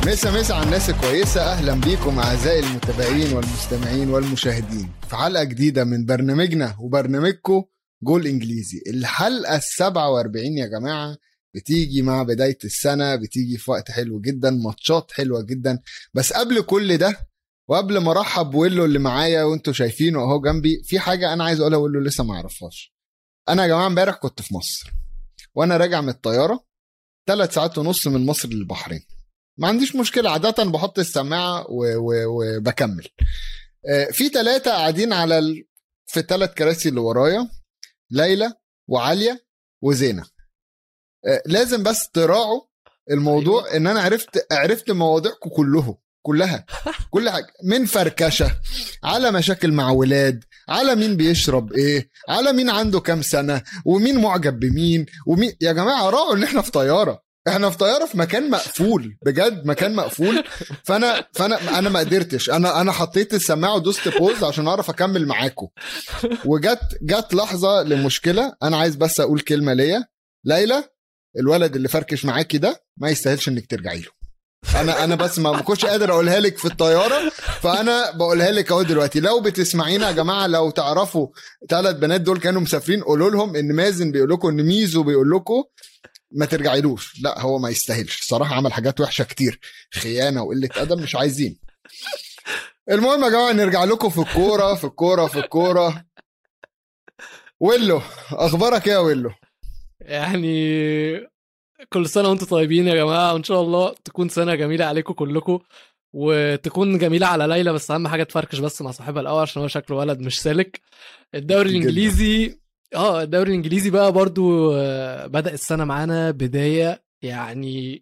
مسا على الناس كويسة. أهلا بيكم أعزائي المتابعين والمستمعين والمشاهدين في حلقة جديدة من برنامجنا وبرنامجكم جول إنجليزي. الحلقة 47 يا جماعة، بتيجي مع بداية السنة، بتيجي في وقت حلو جدا، ماتشات حلوة جدا. بس قبل كل ده وقبل ما ارحب ويلو اللي معايا وانتوا شايفينه اهو جنبي، في حاجة أنا عايز أقولها ويلو لسه ما عرفهاش. أنا يا جماعة امبارح كنت في مصر وأنا راجع من الطيارة 3 ساعات ونص من مصر للبحرين. ما عنديش مشكلة، عادة بحط السماعة وبكمل. في 3 قاعدين في 3 كراسي اللي ورايا، ليلى وعالية وزينة. لازم بس تراعوا الموضوع. أيوة. ان انا عرفت مواضيعكم كلها كل حاجة، من فركشة على مشاكل مع ولاد، على مين بيشرب ايه، على مين عنده كام سنة، ومين معجب بمين ومين. يا جماعة راعوا ان احنا في طيارة في مكان مقفول، بجد مكان مقفول. فانا ما قدرتش، انا حطيت السماعه ودوست بوز عشان اعرف اكمل معاكم. وجت لحظه لمشكله. انا عايز بس اقول كلمه ليا، ليلى، الولد اللي فركش معاكي ده ما يستاهلش انك ترجعي له. انا بس ما كنتش قادر اقولها لك في الطياره، فانا بقولها لك اهو دلوقتي. لو بتسمعينا يا جماعه، لو تعرفوا 3 بنات دول كانوا مسافرين، قولوا لهم ان مازن بيقول لكم، ان ميزو بيقول لكم ما ترجعيلوش. لا هو ما يستاهلش صراحة، عمل حاجات وحشة كتير، خيانة وقلة أدب، مش عايزين. المهم يا جماعة نرجع لكم في الكورة. ويلو، أخبارك يا ويلو؟ يعني كل سنة وانتم طيبين يا جماعة، وإن شاء الله تكون سنة جميلة عليكم كلكم، وتكون جميلة على ليلى. بس أهم حاجة تفركش بس مع صاحبها الأول، عشان هو شكله ولد مش سالك. الدوري الإنجليزي الدوري الإنجليزي بقى برضو بدأ السنة معانا بداية يعني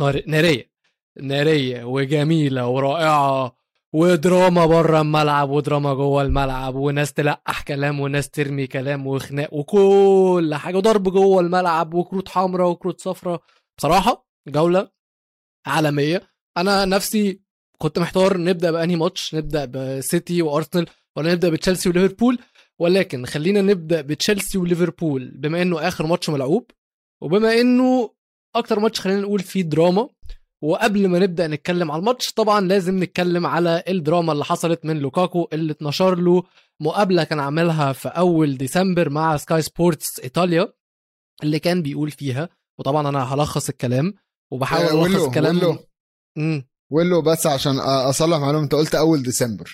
نارية وجميلة ورائعة، ودراما بره الملعب ودراما جوه الملعب، وناس تلقح كلام وناس ترمي كلام وخناق وكل حاجة، وضرب جوه الملعب وكروت حمراء وكروت صفراء. بصراحة جولة عالمية. أنا نفسي كنت محتار نبدأ بأنهي ماتش، نبدأ بسيتي وأرسنال ولا نبدأ بتشيلسي وليفربول، ولكن خلينا نبدأ بتشيلسي وليفربول بما انه اخر ماتش ملعوب، وبما انه اكتر ماتش خلينا نقول فيه دراما. وقبل ما نبدأ نتكلم على الماتش، طبعا لازم نتكلم على الدراما اللي حصلت من لوكاكو، اللي اتنشر له مقابلة كان عاملها في اول ديسمبر مع سكاي سبورتس ايطاليا، اللي كان بيقول فيها، وطبعا انا هلخص الكلام وبحاول الخص الكلام. ويلو بس عشان اصلح معلومه، انت قلت اول ديسمبر.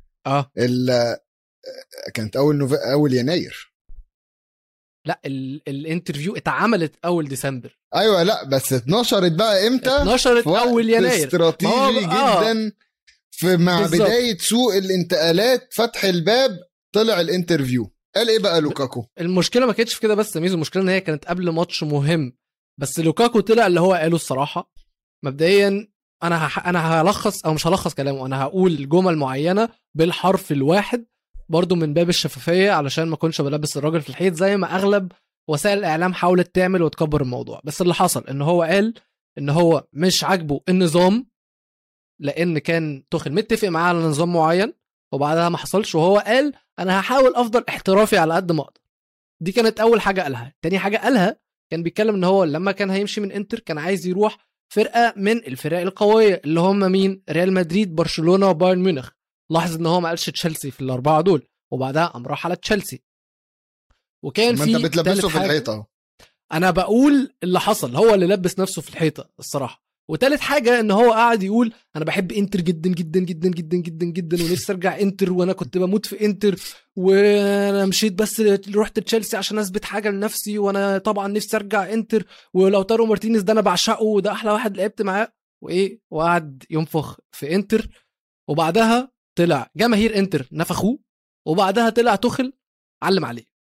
كانت اول يناير. لا الانترفيو اتعملت اول ديسمبر. ايوه، لا بس اتنشرت بقى امتى؟ اتنشرت اول يناير. استراتيجي جدا مع بالزبط. بدايه سوق الانتقالات، فتح الباب، طلع الانترفيو. قال ايه بقى لوكاكو؟ المشكله ما كانتش في كده بس ميزو، المشكله ان هي كانت قبل ماتش مهم. بس لوكاكو طلع اللي هو قاله الصراحه. مبدئيا انا هلخص او مش هلخص كلامه، انا هقول جمل معينه بالحرف الواحد، برضو من باب الشفافيه، علشان ما اكونش بلبس الراجل في الحيط زي ما اغلب وسائل الاعلام حاولت تعمل وتكبر الموضوع. بس اللي حصل ان هو قال ان هو مش عاجبه النظام، لان كان توخل متفق معاه على نظام معين وبعدها ما حصلش، وهو قال انا هحاول افضل احترافي على قد ما اقدر. دي كانت اول حاجه قالها. تاني حاجه قالها كان بيتكلم ان هو لما كان هيمشي من انتر كان عايز يروح فرقه من الفرق القويه، اللي هم مين؟ ريال مدريد، برشلونه، وبايرن ميونخ. لاحظ ان هو ما قالش تشيلسي في الاربعه دول، وبعدها قام راح على تشيلسي. وكان في انت بتلبسه في الحيطه. انا بقول اللي حصل، هو اللي لبس نفسه في الحيطه الصراحه. وتالت حاجه ان هو قاعد يقول انا بحب انتر جدا جدا جدا جدا جدا جدا، ونفسي ارجع انتر، وانا كنت بموت في انتر، وانا مشيت بس رحت تشيلسي عشان اثبت حاجه لنفسي، وانا طبعا نفسي ارجع انتر، ولو تارو مارتينيز ده انا بعشقه وده احلى واحد لعبت معاه وايه، وقعد ينفخ في انتر. وبعدها طلع جماهير انتر نفخوه، وبعدها طلع توخل علم عليه.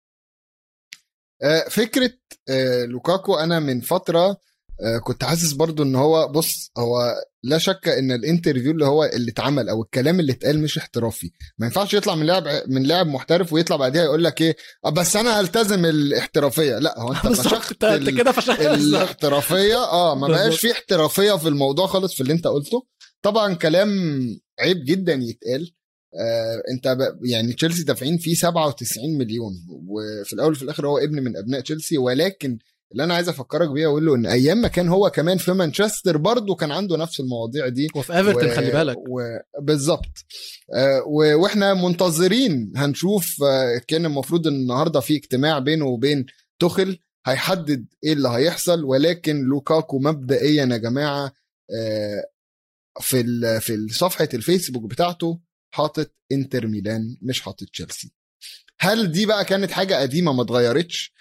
فكره لوكاكو، انا من فتره كنت حاسس برضو ان هو، بص، هو لا شك ان الانترفيو اللي اتعمل او الكلام اللي اتقال مش احترافي. ما ينفعش يطلع من لاعب محترف ويطلع بعدها يقول لك ايه، بس انا هلتزم الاحترافيه. لا، هو انت فشخت كده الاحترافيه. ما بقاش في احترافيه في الموضوع خالص في اللي انت قلته. طبعا كلام عيب جدا يتقال. انت يعني تشيلسي دافعين فيه 97 مليون، وفي الاول وفي الاخر هو ابن من ابناء تشيلسي، ولكن اللي انا عايز افكرك بيها واقول له ان ايام ما كان هو كمان في مانشستر برضو كان عنده نفس المواضيع دي، وفي ايفرتون خلي بالك. بالظبط. واحنا منتظرين هنشوف. كان المفروض ان النهارده في اجتماع بينه وبين توخل هيحدد ايه اللي هيحصل، ولكن لوكاكو مبدئيا يا جماعه في صفحه الفيسبوك بتاعته حاطط انتر ميلان مش حاطط تشيلسي. هل دي بقى كانت حاجه قديمه ما اتغيرتش؟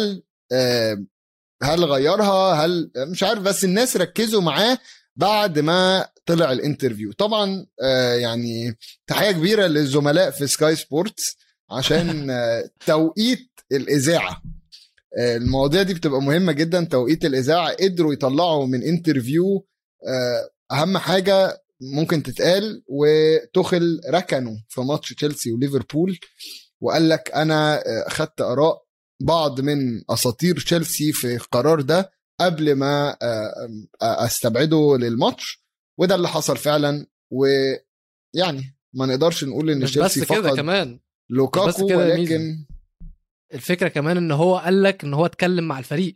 هل غيرها؟ هل مش عارف، بس الناس ركزوا معاه بعد ما طلع الانترفيو. طبعا يعني تحية كبيرة للزملاء في سكاي سبورتس عشان توقيت الإذاعة. المواضيع دي بتبقى مهمة جدا، توقيت الإذاعة قدروا يطلعوا من انترفيو أهم حاجة ممكن تتقال. وتوخل ركنوا في ماتش تشيلسي وليفربول وقال لك أنا أخدت آراء بعض من أساطير تشيلسي في القرار ده قبل ما استبعده للماتش، وده اللي حصل فعلا. ويعني ما نقدرش نقول ان تشيلسي فقد كمان لوكاكو، ولكن الفكرة كمان ان هو قال لك ان هو اتكلم مع الفريق،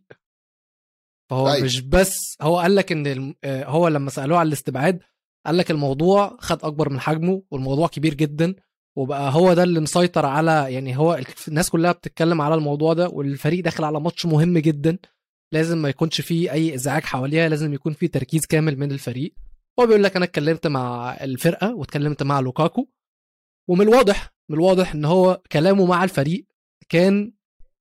فهو أيوة. مش بس هو قال لك ان هو لما سألوه على الاستبعاد قال لك الموضوع خد اكبر من حجمه والموضوع كبير جدا، وبقى هو ده اللي مسيطر على، يعني هو الناس كلها بتتكلم على الموضوع ده، والفريق داخل على ماتش مهم جدا لازم ما يكونش فيه اي ازعاج حواليها، لازم يكون فيه تركيز كامل من الفريق. هو بيقول لك انا اتكلمت مع الفرقه واتكلمت مع لوكاكو، ومن الواضح ان هو كلامه مع الفريق كان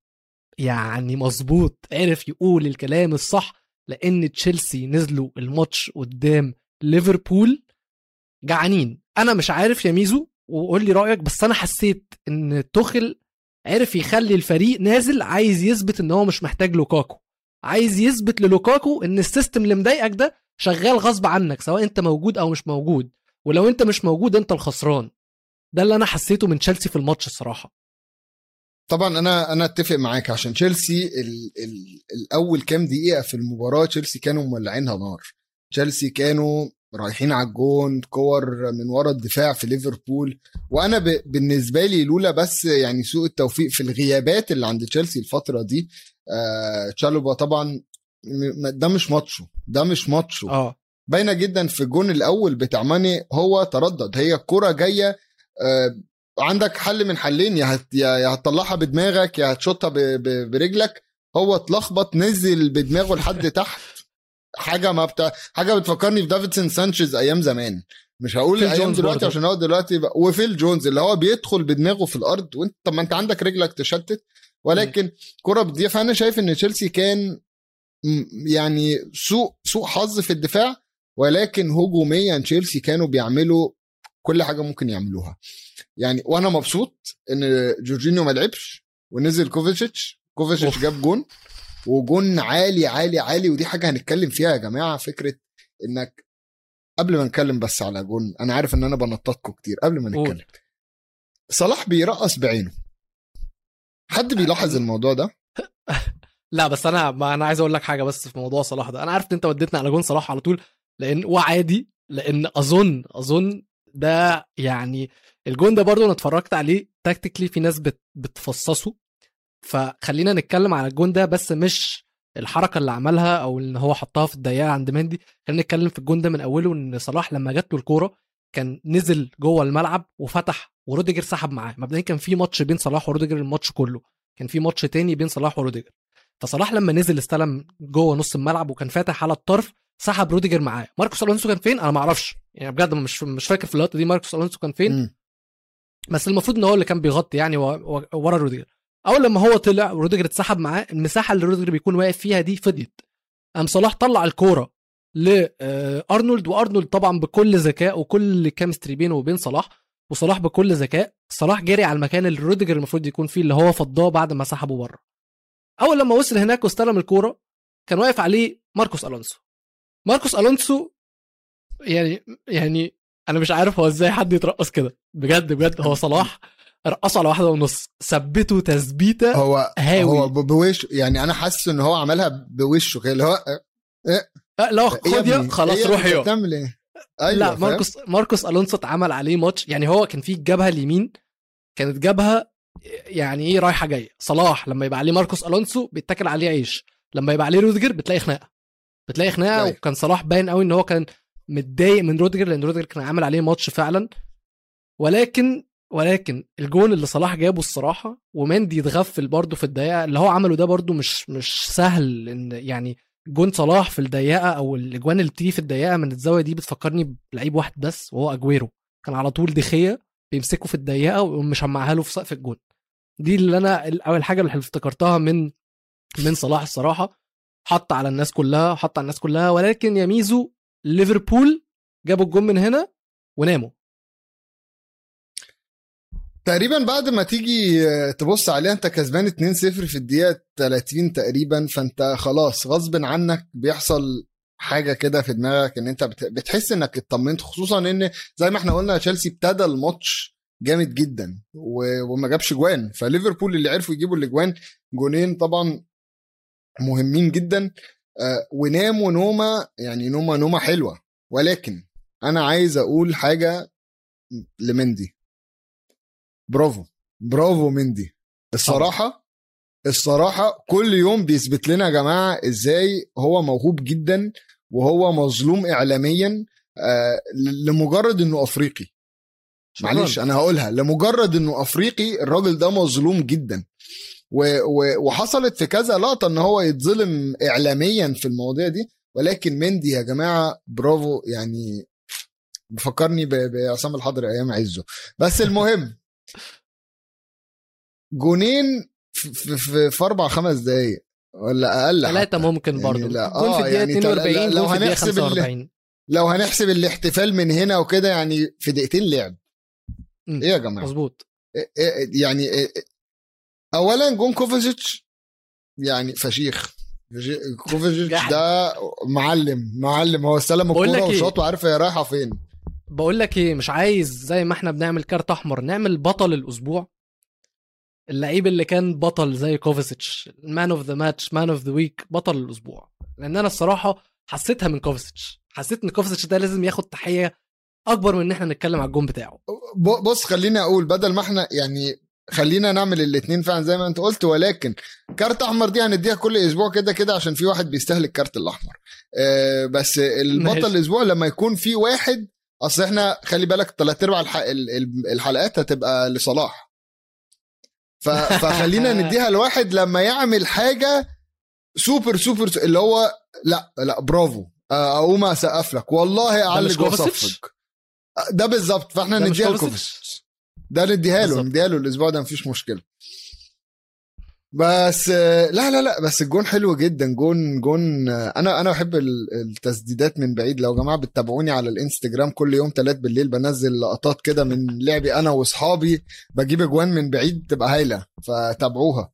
يعني مظبوط، عرف يقول الكلام الصح، لان تشيلسي نزلوا الماتش قدام ليفربول جعانين. انا مش عارف يا ميزو وقول لي رايك، بس انا حسيت ان توخل عرف يخلي الفريق نازل عايز يثبت ان هو مش محتاج لوكاكو، عايز يثبت للوكاكو ان السيستم اللي مضايقك ده شغال غصب عنك سواء انت موجود او مش موجود، ولو انت مش موجود انت الخسران. ده اللي انا حسيته من تشيلسي في الماتش الصراحه. طبعا انا اتفق معاك، عشان تشيلسي الاول كام دقيقه في المباراه تشيلسي كانوا مولعينها نار. تشيلسي كانوا رايحين على الجون، كور من ورا الدفاع في ليفربول. وانا بالنسبه لي لولا بس يعني سوء التوفيق في الغيابات اللي عند تشيلسي الفتره دي، تشالوبا طبعا ده مش ماتشه باينه جدا في الجون الاول بتاع ماني. هو تردد، هي الكره جايه، عندك حل من حلين، يا هتطلعها بدماغك يا هتشوطها برجلك. هو اتلخبط نزل بدماغه لحد تحت. حاجه بتفكرني في دافيدسون سانشيز ايام زمان، مش هقول ايام دلوقتي عشان هو دلوقتي وفيل جونز اللي هو بيدخل بدماغه في الارض وانت طب ما انت عندك رجلك تشتت، ولكن كرة بدي. فانا شايف ان تشيلسي كان يعني سوء حظ في الدفاع، ولكن هجوميا تشيلسي كانوا بيعملوا كل حاجه ممكن يعملوها يعني. وانا مبسوط ان جورجينيو ما لعبش ونزل كوفيتش جاب جون، وجون عالي عالي عالي. ودي حاجه هنتكلم فيها يا جماعه، فكره انك قبل ما نتكلم بس على جون، انا عارف ان انا بنططكم كتير قبل ما نتكلم. صلاح بيرقص بعينه، حد بيلاحظ الموضوع ده؟ لا بس انا عايز اقول لك حاجه بس في موضوع صلاح ده. انا عارف ان انت وديتنا على جون صلاح على طول، لان وعادي، لان اظن ده يعني الجون ده برضو انا اتفرجت عليه تاكتيكلي، في ناس بتفصصه، فخلينا نتكلم على الجون ده بس مش الحركه اللي عملها او ان هو حطها في الضيقه عند مندي. خلينا نتكلم في الجون ده من اوله، ان صلاح لما جات له الكوره كان نزل جوه الملعب وفتح، وروديجر سحب معاه. مبدئيا كان في ماتش بين صلاح وروديجر، الماتش كله كان في ماتش تاني بين صلاح وروديجر، فصلاح لما نزل استلم جوه نص الملعب وكان فاتح على الطرف سحب روديجر معاه. ماركوس الونسو كان فين؟ انا ما اعرفش يعني بجد، مش فاكر في اللقطه دي ماركوس الونسو كان فين. بس المفروض ان هو اللي كان بيغطي يعني ورا روديجر. اول لما هو طلع وروديجر اتسحب معاه، المساحه اللي روديجر بيكون واقف فيها دي فضيت، قام صلاح طلع الكوره لارنولد، وارنولد طبعا بكل ذكاء وكل كيمستري بينه وبين صلاح، وصلاح بكل ذكاء صلاح جري على المكان اللي روديجر المفروض يكون فيه اللي هو فضاه بعد ما سحبه بره. اول لما وصل هناك واستلم الكوره كان واقف عليه ماركوس الونسو. يعني انا مش عارف هو ازاي حد يترقص كده بجد. هو صلاح رقصه على 1.5، ثبته تثبيته هو بوش يعني. انا حاسس ان هو عملها بوشه كده اللي هو لا خد يا خلاص روح يا بتعمل ايه. أيوة لا ماركوس الونسو اتعمل عليه ماتش يعني. هو كان فيه الجبهه اليمين كانت جبهه يعني ايه رايحه جايه. صلاح لما يبقى عليه ماركوس الونسو بيتاكل عليه عيش، لما يبقى عليه روديجر بتلاقي خناقه أيوة. وكان صلاح باين قوي ان هو كان متضايق من روديجر لان روديجر كان عامل عليه ماتش فعلا. ولكن الجون اللي صلاح جابه الصراحه ومندي اتغفل برضه في الدقيقه اللي هو عمله ده برضه مش سهل. ان يعني جون صلاح في الدقيقه او الاجوان اللي بتيجي في الدقيقه من الزاويه دي بتفكرني بلعيب واحد بس وهو اجويرو. كان على طول دخيه بيمسكه في الدقيقه ومشمعها له في سقف الجون. دي اللي انا اول حاجه اللي افتكرتها من صلاح الصراحه. حط على الناس كلها ولكن يا ميزو ليفربول جابوا الجون من هنا وناموا تقريبا. بعد ما تيجي تبص عليها انت كسبان 2-0 في الدقيقه 30 تقريبا، فانت خلاص غصب عنك بيحصل حاجه كده في دماغك ان انت بتحس انك اطمنت، خصوصا ان زي ما احنا قلنا تشيلسي ابتدى الماتش جامد جدا وما جابش جوان. فليفربول اللي عرفوا يجيبوا الاجوان، جونين طبعا مهمين جدا، وناموا نومه، يعني نومه حلوه. ولكن انا عايز اقول حاجه لمندي، برافو مندي. الصراحه كل يوم بيثبت لنا يا جماعه ازاي هو موهوب جدا وهو مظلوم اعلاميا لمجرد انه افريقي. معلش انا هقولها، لمجرد انه افريقي الراجل ده مظلوم جدا. وحصلت في كذا لقطه ان هو يتظلم اعلاميا في المواضيع دي. ولكن مندي يا جماعه برافو، يعني بفكرني بعصام الحضري ايام عزه. بس المهم جونين في 4-5 دقايق ولا اقل، 3 ممكن برضو يعني لا جون في الدقيقه يعني 42 لو جون في الدقيقه هنحسب 45 لو هنحسب الاحتفال من هنا وكده يعني في دقيقتين لعب. ايه يا جماعه مظبوط. يعني اولا جون كوفازيتش يعني فشيخ. كوفازيتش ده معلم هو استلم الكوره وشاط وعارف هي رايحه فين. بقول لك ايه، مش عايز زي ما احنا بنعمل كارت احمر نعمل بطل الاسبوع؟ اللعيب اللي كان بطل زي كوفازيتش، مان اوف ذا ماتش، مان اوف ذا ويك، بطل الاسبوع. لان انا الصراحه حسيتها من كوفازيتش، حسيت ان كوفازيتش ده لازم ياخد تحيه اكبر من ان احنا نتكلم على الجون بتاعه. بص خليني اقول بدل ما احنا يعني خلينا نعمل الاثنين فعلا زي ما انت قلت، ولكن كارت احمر دي هنديها كل اسبوع كده عشان في واحد بيستهلك كارت الاحمر. بس البطل الاسبوع لما يكون في واحد، اصل احنا خلي بالك 3/4 الحلقات هتبقى لصلاح، فخلينا نديها لواحد لما يعمل حاجه سوبر اللي هو لا برافو، اقوم اسقف لك والله، اعلق واصفق ده بالظبط. فاحنا نديها لكوفازيتش، ده نديها له الاسبوع ده مفيش مشكله. بس لا بس الجون حلو جدا. جون انا بحب التسديدات من بعيد. لو جماعه بتتابعوني على الانستجرام كل يوم 3 بالليل بنزل لقطات كده من لعبي انا واصحابي، بجيب اجوان من بعيد تبقى هايله، فتابعوها.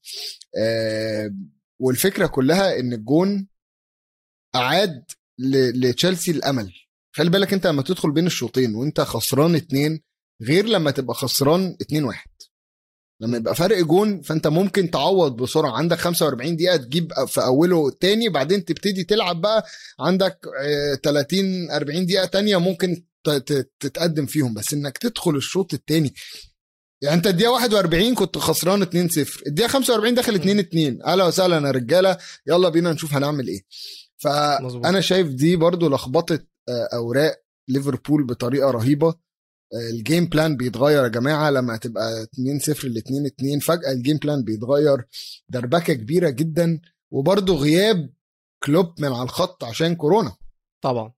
والفكره كلها ان الجون اعاد لتشيلسي الامل. خلي بالك انت لما تدخل بين الشوطين وانت خسران 2 غير لما تبقى خسران 2-1. لما يبقى فرق جون فانت ممكن تعوض بسرعه، عندك 45 دقيقه تجيب في اوله تاني، بعدين تبتدي تلعب بقى عندك 30-40 دقيقه تانية ممكن تتقدم فيهم. بس انك تدخل الشوط التاني، يعني انت الدقيقه 41 كنت خسران 2-0، الدقيقه 45 دخل 2-2. اهلا وسهلا يا رجاله، يلا بينا نشوف هنعمل ايه. فانا شايف دي برضو لخبطه اوراق ليفربول بطريقه رهيبه. الجيم بلان بيتغير يا جماعه لما تبقى 2-0 ل 2-2، فجاه الجيم بلان بيتغير، دربكه كبيره جدا. وبرضو غياب كلوب من على الخط عشان كورونا طبعا.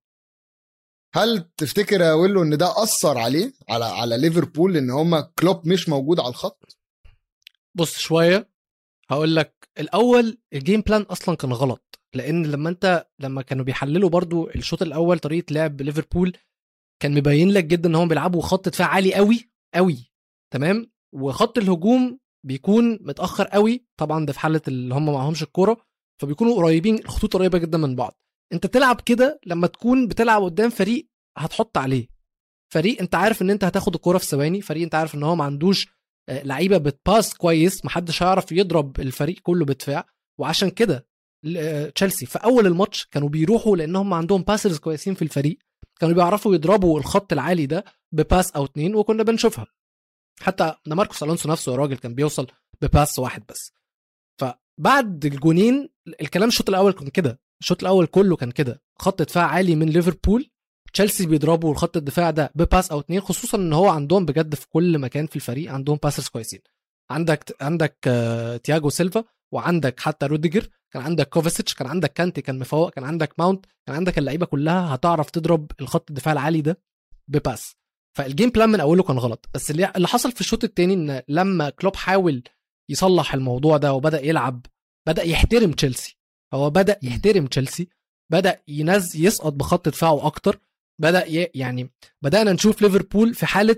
هل تفتكر يا ويلو ان ده اثر عليه على ليفربول ان هما كلوب مش موجود على الخط؟ بص شويه هقول لك. الاول الجيم بلان اصلا كان غلط، لان لما كانوا بيحللوا برضو الشوط الاول طريقه لعب ليفربول كان مبين لك جدا ان هم بيلعبوا خط دفاع عالي قوي تمام، وخط الهجوم بيكون متاخر قوي طبعا، ده في حاله اللي هم معهمش الكوره، فبيكونوا قريبين، الخطوط قريبه جدا من بعض. انت تلعب كده لما تكون بتلعب قدام فريق هتحط عليه، فريق انت عارف ان انت هتاخد الكوره في ثواني، فريق انت عارف ان هو ما عندوش لعيبه بتباس كويس، محدش هيعرف يضرب الفريق كله بدفاع. وعشان كده تشيلسي في اول الماتش كانوا بيروحوا لانهم عندهم باسرز كويسين في الفريق، كانوا بيعرفوا يضربوا الخط العالي ده بباس او 2، وكنا بنشوفها. حتى ماركوس الونسو نفسه يا راجل كان بيوصل بباس واحد بس. بعد الجونين الكلام الشوط الاول كان كده، الشوط الاول كله كان كده، خط دفاع عالي من ليفربول، تشيلسي بيضربوا الخط الدفاع ده بباس او اتنين، خصوصا ان هو عندهم بجد في كل مكان في الفريق عندهم باسرز كويسين. عندك تياجو سيلفا، وعندك حتى روديجر، كان عندك كوفاسيتش، كان عندك كانتي كان مفوق، كان عندك ماونت، كان عندك اللعيبه كلها هتعرف تضرب الخط الدفاع العالي ده بباس. فالجيم بلان من اوله كان غلط. بس اللي حصل في الشوط الثاني ان لما كلوب حاول يصلح الموضوع ده وبدا يلعب، بدا يحترم تشيلسي، هو بدا يحترم تشيلسي، بدا يسقط بخط دفاعه اكتر، بدا يعني بدانا نشوف ليفربول في حاله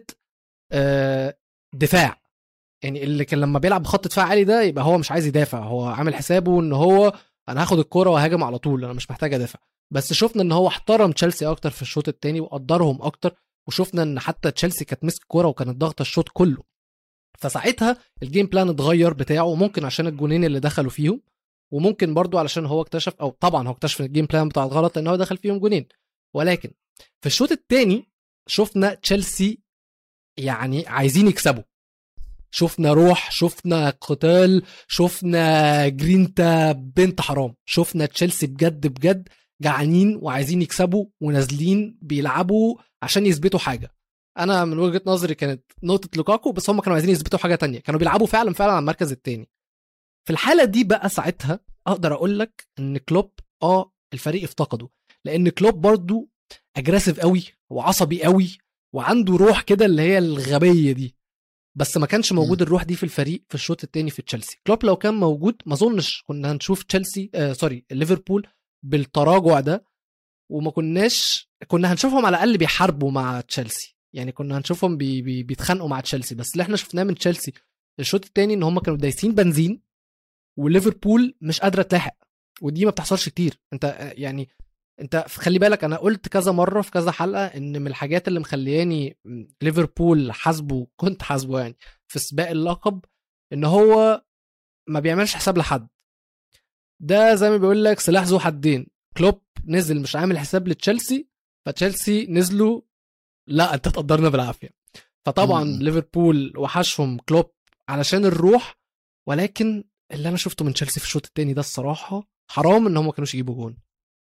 دفاع. يعني اللي كان لما بيلعب بخط دفاع عالي ده يبقى هو مش عايز يدافع، هو عامل حسابه ان هو انا هاخد الكرة وهاجم على طول، انا مش محتاج ادافع. بس شفنا ان هو احترم تشيلسي اكتر في الشوط الثاني وقدرهم اكتر، وشفنا ان حتى تشيلسي كانت مسك الكرة وكانت ضاغطه الشوط كله. فساعتها الجيم بلان اتغير بتاعه، ممكن عشان الجونين اللي دخلوا فيهم، وممكن برضو علشان هو اكتشف، او طبعا هو اكتشف الجيم بلان بتاع الغلط لان هو دخل فيهم جونين. ولكن في الشوط الثاني شفنا تشيلسي يعني عايزين يكسبوا، شفنا روح، شفنا قتال، شفنا جرينتا بنت حرام، شفنا تشيلسي بجد بجد جعانين وعايزين يكسبوا ونازلين بيلعبوا عشان يثبتوا حاجة. انا من وجهة نظري كانت نقطة لوكاكو، بس هم كانوا عايزين يثبتوا حاجة تانية، كانوا بيلعبوا فعلا على المركز التاني. في الحالة دي بقى ساعتها اقدر اقول لك ان كلوب الفريق افتقده، لان كلوب برضو اجريسيف قوي وعصبي قوي وعنده روح كده اللي هي الغبية دي، بس ما كانش موجود الروح دي في الفريق في الشوط الثاني في تشيلسي. كلوب لو كان موجود ما اظنش كنا هنشوف تشيلسي ليفربول بالتراجع ده، وما كنا هنشوفهم على الاقل بيحاربوا مع تشيلسي، يعني كنا هنشوفهم بيتخانقوا مع تشيلسي. بس اللي احنا شفناه من تشيلسي الشوط الثاني ان هم كانوا دايسين بنزين، وليفربول مش قادره تلاحق، ودي ما بتحصلش كتير. انت خلي بالك، انا قلت كذا مره في كذا حلقه ان من الحاجات اللي مخلياني ليفربول كنت حاسبه يعني في سباق اللقب ان هو ما بيعملش حساب لحد. ده زي ما بيقول لك سلاح ذو حدين، كلوب نزل مش عامل حساب لتشيلسي، فتشيلسي نزلوا لا انت تقدرنا بالعافيه. فطبعا ليفربول وحشهم كلوب علشان الروح، ولكن اللي انا شفته من تشيلسي في الشوط الثاني ده الصراحه حرام ان هم كانوش يجيبوا جون.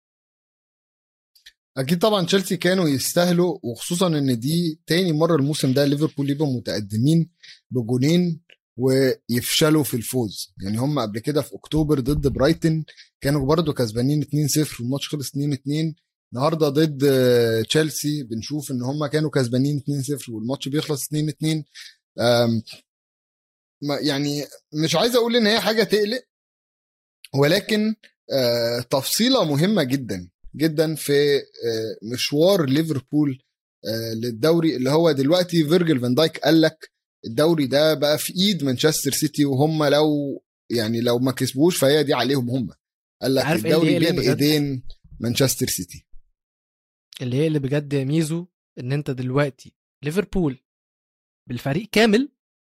اكيد طبعا تشيلسي كانوا يستاهلوا، وخصوصا ان دي تاني مره الموسم ده ليفربول يبقوا متقدمين بجونين ويفشلوا في الفوز. يعني هم قبل كده في اكتوبر ضد برايتن كانوا برضو كسبانين 2-0 والماتش خلص 2-2. النهارده ضد تشيلسي بنشوف ان هم كانوا كسبانين 2-0 والماتش بيخلص 2-2. يعني مش عايز اقول ان هي حاجه تقلق، ولكن تفصيله مهمه جدا جدا في مشوار ليفربول للدوري، اللي هو دلوقتي فيرجل فان دايك قال لك الدوري ده بقى في ايد مانشستر سيتي، وهم لو ما كسبوش فهي دي عليهم هم. قال لك الدوري بين ايدين مانشستر سيتي. اللي بجد يا ميزو ان انت دلوقتي ليفربول بالفريق كامل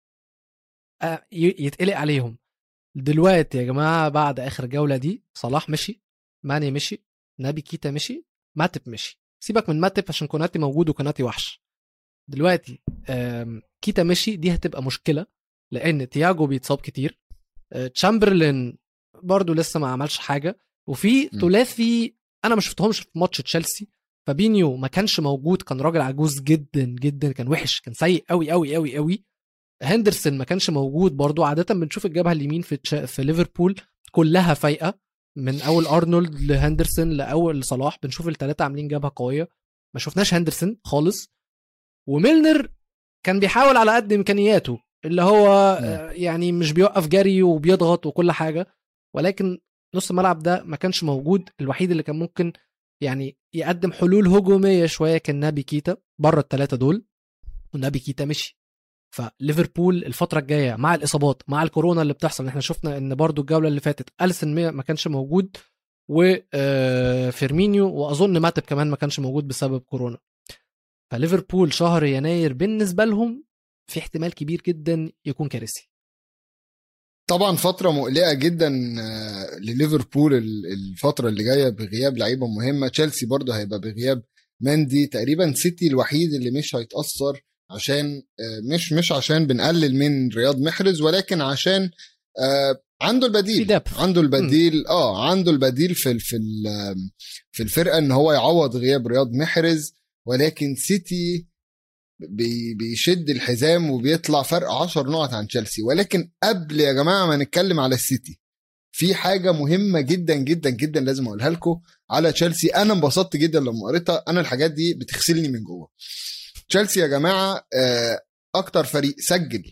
يتقلق عليهم دلوقتي يا جماعه. بعد اخر جوله دي صلاح مشي، ماني مشي، نبي كيتا مشي، ماتب مشي. سيبك من ماتب عشان كوناتي موجود وكوناتي وحش دلوقتي. كيتا مشي، دي هتبقى مشكله لان تياجو بيتصاب كتير، تشامبرلين برضو لسه ما عملش حاجه، وفي ثلاثي انا ما شفتهمش في ماتش تشيلسي. فابينيو ما كانش موجود، كان راجل عجوز جدا جدا، كان وحش، كان سيء قوي قوي قوي قوي. هندرسون ما كانش موجود برضو. عاده بنشوف الجبهه اليمين في ليفربول كلها فايقه، من اول ارنولد لهندرسون لاول صلاح، بنشوف الثلاثه عاملين جبهه قويه. ما شفناش هندرسون خالص. وميلنر كان بيحاول على قد امكانياته، اللي هو يعني مش بيوقف جري وبيضغط وكل حاجه، ولكن نص الملعب ده ما كانش موجود. الوحيد اللي كان ممكن يعني يقدم حلول هجوميه شويه كان نبي كيتا بره الثلاثه دول، ونبي كيتا مشي. فليفربول الفتره الجايه مع الاصابات مع الكورونا اللي بتحصل، احنا شفنا ان برضو الجوله اللي فاتت أليسون ما كانش موجود، وفيرمينيو، واظن ماتب كمان ما كانش موجود بسبب كورونا. فليفربول شهر يناير بالنسبه لهم في احتمال كبير جدا يكون كارثي. طبعا فترة مقلقة جدا لليفربول الفترة اللي جاية بغياب لعيبة مهمة. تشيلسي برضه هيبقى بغياب ماندي تقريبا. سيتي الوحيد اللي مش هيتأثر، عشان مش عشان بنقلل من رياض محرز، ولكن عشان عنده البديل عنده البديل في الفرقه ان هو يعوض غياب رياض محرز. ولكن سيتي بيشد الحزام وبيطلع فرق 10 نقط عن تشيلسي. ولكن قبل يا جماعه ما نتكلم على السيتي، في حاجه مهمه جدا جدا جدا لازم اقولها لكم على تشيلسي. انا انبسطت جدا لما قريتها، انا الحاجات دي بتغسلني من جوه. تشيلسي يا جماعه اكتر فريق سجل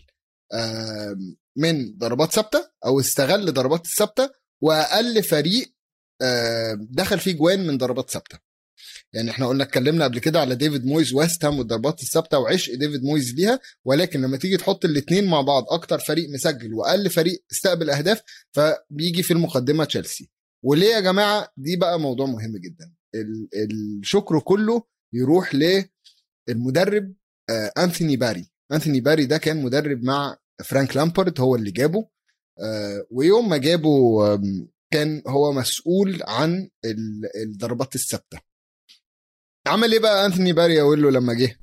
من ضربات ثابته او استغل ضربات الثابته، واقل فريق دخل فيه جوان من ضربات ثابته. يعني احنا قلنا اتكلمنا قبل كده على ديفيد مويز ويست هام والضربات الثابته وعشق ديفيد مويز ليها، ولكن لما تيجي تحط الاثنين مع بعض، اكتر فريق مسجل واقل فريق استقبل اهداف، فبيجي في المقدمه تشيلسي. وليه يا جماعه؟ دي بقى موضوع مهم جدا. الشكر كله يروح للمدرب أنثوني باري. أنثوني باري ده كان مدرب مع فرانك لامبارد، هو اللي جابه، ويوم ما جابه كان هو مسؤول عن الضربات الثابته. عمل ايه بقى أنثوني باري اقول له لما جه؟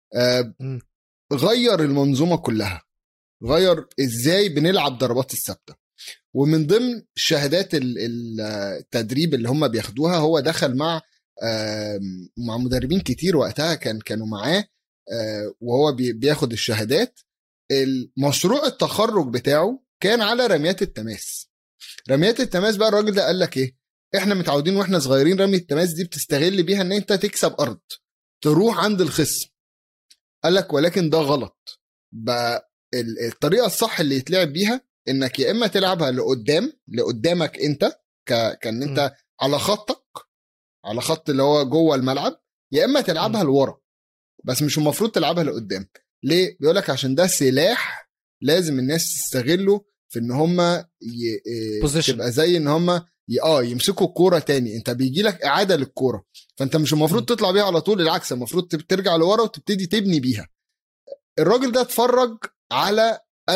غير المنظومه كلها، غير ازاي بنلعب ضربات الثابته. ومن ضمن شهادات التدريب اللي هم بياخدوها، هو دخل مع مدربين كتير وقتها كانوا معاه، وهو بياخد الشهادات. المشروع التخرج بتاعه كان على رميات التماس. رميات التماس بقى الراجل ده قال لك ايه؟ احنا متعودين واحنا صغيرين رمي التماس دي بتستغل بيها ان انت تكسب ارض، تروح عند الخصم. قال لك ولكن ده غلط. بقى الطريقه الصح اللي يتلعب بيها انك يا اما تلعبها لقدامك انت كان انت على خطك، على خط اللي هو جوه الملعب، يا اما تلعبها لورا، بس مش المفروض تلعبها لقدام. ليه؟ بيقولك عشان ده سلاح لازم الناس تستغله في ان هم تبقى زي ان هم يمسكوا الكوره تاني. انت بيجي لك اعاده للكوره، فانت مش المفروض تطلع بيها على طول، العكس، المفروض ترجع لورا وتبتدي تبني بيها. الراجل ده اتفرج على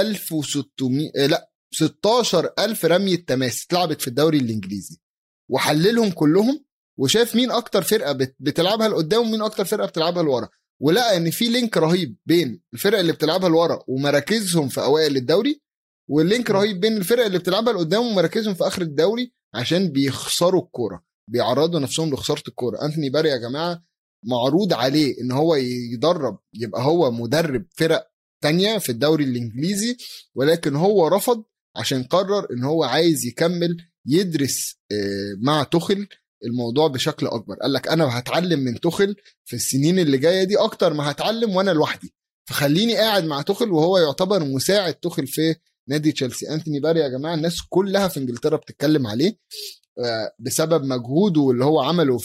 16,000 رمية تماس اتلعبت في الدوري الانجليزي، وحللهم كلهم، وشاف مين اكتر فرقه بتلعبها لقدام ومين اكتر فرقه بتلعبها لورا، ولقى ان في لينك رهيب بين الفرق اللي بتلعبها لورا ومراكزهم في اوائل الدوري، واللينك رهيب بين الفرق اللي بتلعبها لقدام ومراكزهم في اخر الدوري، عشان بيخسروا الكوره، بيعرضوا نفسهم لخساره الكوره. أنثوني باري يا جماعه معروض عليه ان هو يدرب، يبقى هو مدرب فرق تانية في الدوري الانجليزي، ولكن هو رفض عشان قرر ان هو عايز يكمل يدرس مع توخل الموضوع بشكل اكبر. قال لك انا هتعلم من توخل في السنين اللي جايه دي اكتر ما هتعلم وانا لوحدي، فخليني قاعد مع توخل، وهو يعتبر مساعد توخل في نادي تشيلسي. أنثوني باري يا جماعه الناس كلها في انجلترا بتتكلم عليه بسبب مجهوده اللي هو عمله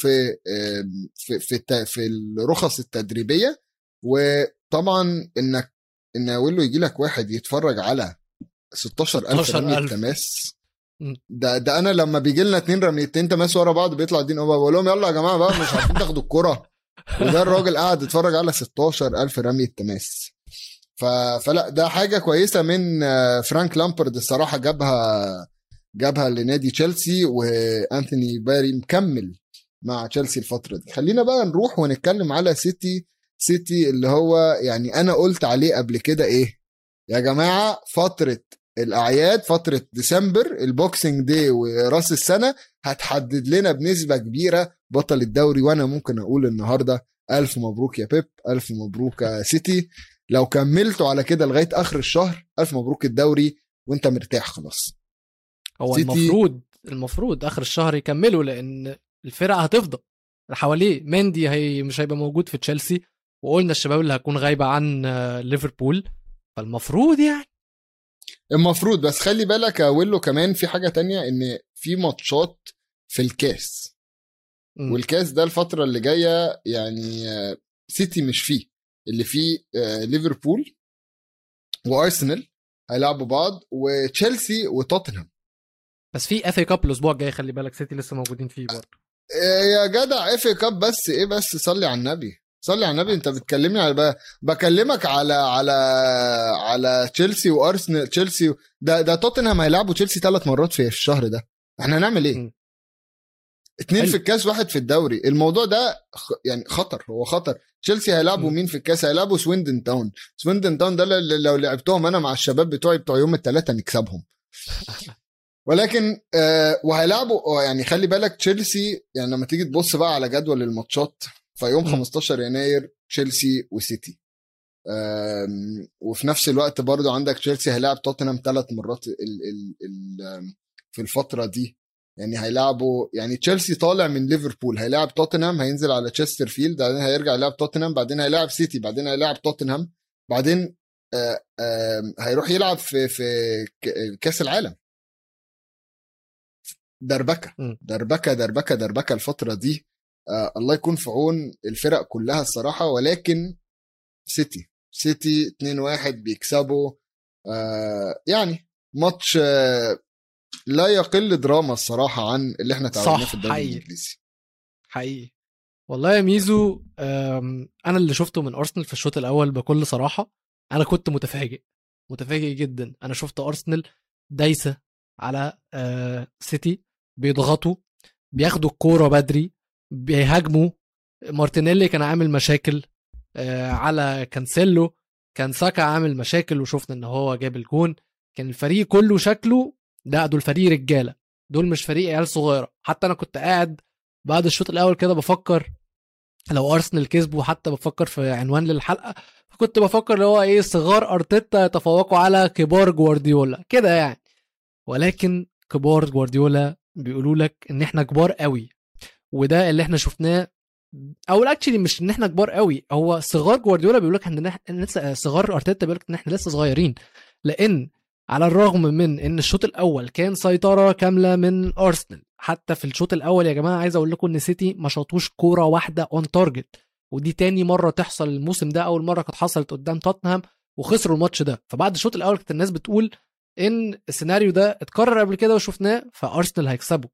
في الرخص التدريبيه. وطبعا ان اقول له يجي لك واحد يتفرج على 16,000 رمية تماس، ده انا لما بيجي لنا 2 رميتين تماس ورا بعض بيطلع الدين اوبا بقول لهم يلا يا جماعه بقى مش عارفين تاخدوا الكره، وده الراجل قاعد يتفرج على 16,000 رمية تماس. فلا ده حاجه كويسه من فرانك لامبرد الصراحه، جابها لنادي تشيلسي، وأنثوني باري مكمل مع تشيلسي الفتره دي. خلينا بقى نروح ونتكلم على سيتي اللي هو يعني انا قلت عليه قبل كده ايه يا جماعه، فتره الاعياد، فتره ديسمبر، البوكسينج دي وراس السنه هتحدد لنا بنسبه كبيره بطل الدوري. وانا ممكن اقول النهارده الف مبروك يا بيب، الف مبروك يا سيتي، لو كملتوا على كده لغايه اخر الشهر الف مبروك الدوري وانت مرتاح خلاص. هو المفروض اخر الشهر يكملوا، لان الفرقه هتفضل حواليه. مندي مش هيبقى موجود في تشيلسي، وقلنا الشباب اللي هتكون غايبه عن ليفربول، فالمفروض يعني المفروض. بس خلي بالك اقول له كمان في حاجه تانية، ان في ماتشات في الكاس، والكاس ده الفتره اللي جايه يعني سيتي مش فيه، اللي فيه ليفربول وارسنال هيلعبوا بعض، وتشيلسي وتوتنهام. بس في اف اي كاب الاسبوع الجاي، خلي بالك سيتي لسه موجودين فيه برضه. يا جدع اف اي كاب بس ايه؟ بس صلي على النبي، صلي على النبي. انت بتكلمني على بكلمك على تشيلسي وارسنال. تشيلسي ده توتنهام هيلعبوا تشيلسي 3 مرات في الشهر ده، احنا هنعمل ايه؟ 2 في الكاس 1 في الدوري. الموضوع ده يعني خطر، هو خطر. تشيلسي هيلعبوا مين في الكاس؟ هيلعبوا سويندن تاون ده لو لعبتهم انا مع الشباب بتوعي بتوع يوم الثلاثاء نكسبهم. ولكن وهيلعبوا يعني خلي بالك تشيلسي، يعني لما تيجي تبص بقى على جدول الماتشات في يوم 15 يناير تشيلسي وسيتي، وفي نفس الوقت برضو عندك تشيلسي هيلاعب توتنهام 3 مرات في الفترة دي. يعني هيلعبوا، يعني تشيلسي طالع من ليفربول هيلاعب توتنهام، هينزل على تشسترفيلد، بعدين هيرجع يلعب توتنهام، بعدين هيلاعب سيتي، بعدين هيلاعب توتنهام، بعدين هيروح يلعب في كاس العالم. دربكة دربكة دربكة دربكة الفترة دي. الله يكون في عون الفرق كلها الصراحة. ولكن سيتي 2-1 بيكسبوا، يعني ماتش لا يقل دراما الصراحة عن اللي احنا تعودنا في الدوري الانجليزي. حقيقي والله يا ميزو. انا اللي شفته من ارسنال في الشوط الاول بكل صراحة انا كنت متفاجئ جدا. انا شفت ارسنال دايسة على سيتي، بيضغطوا، بياخدوا الكورة بدري، بيهاجموا. مارتينيلي كان عامل مشاكل على كانسيلو، كان ساكا عامل مشاكل وشفنا ان هو جاب الجون. كان الفريق كله شكله ده دول فريق رجاله، دول مش فريق عيال صغيره. حتى انا كنت قاعد بعد الشوط الاول كده بفكر لو ارسنال كسبوا، حتى بفكر في عنوان للحلقه، فكنت بفكر اللي هو ايه، صغار ارتيتا يتفوقوا على كبار جوارديولا كده يعني. ولكن كبار جوارديولا بيقولوا لك ان احنا كبار قوي، وده اللي احنا شفناه. او اكشلي مش ان احنا كبار قوي، هو صغار جوارديولا بيقول لك ان لسه صغار ارتيتا بيقول لك ان احنا لسه صغيرين. لان على الرغم من ان الشوط الاول كان سيطره كامله من ارسنال، حتى في الشوط الاول يا جماعه عايز اقول لكم ان سيتي ما شاطوش كوره واحده اون تارجت، ودي تاني مره تحصل الموسم ده. اول مره كانت حصلت قدام توتنهام وخسروا الماتش ده. فبعد الشوط الاول كانت الناس بتقول ان السيناريو ده اتكرر قبل كده وشفناه، فارسنال هيكسبوا.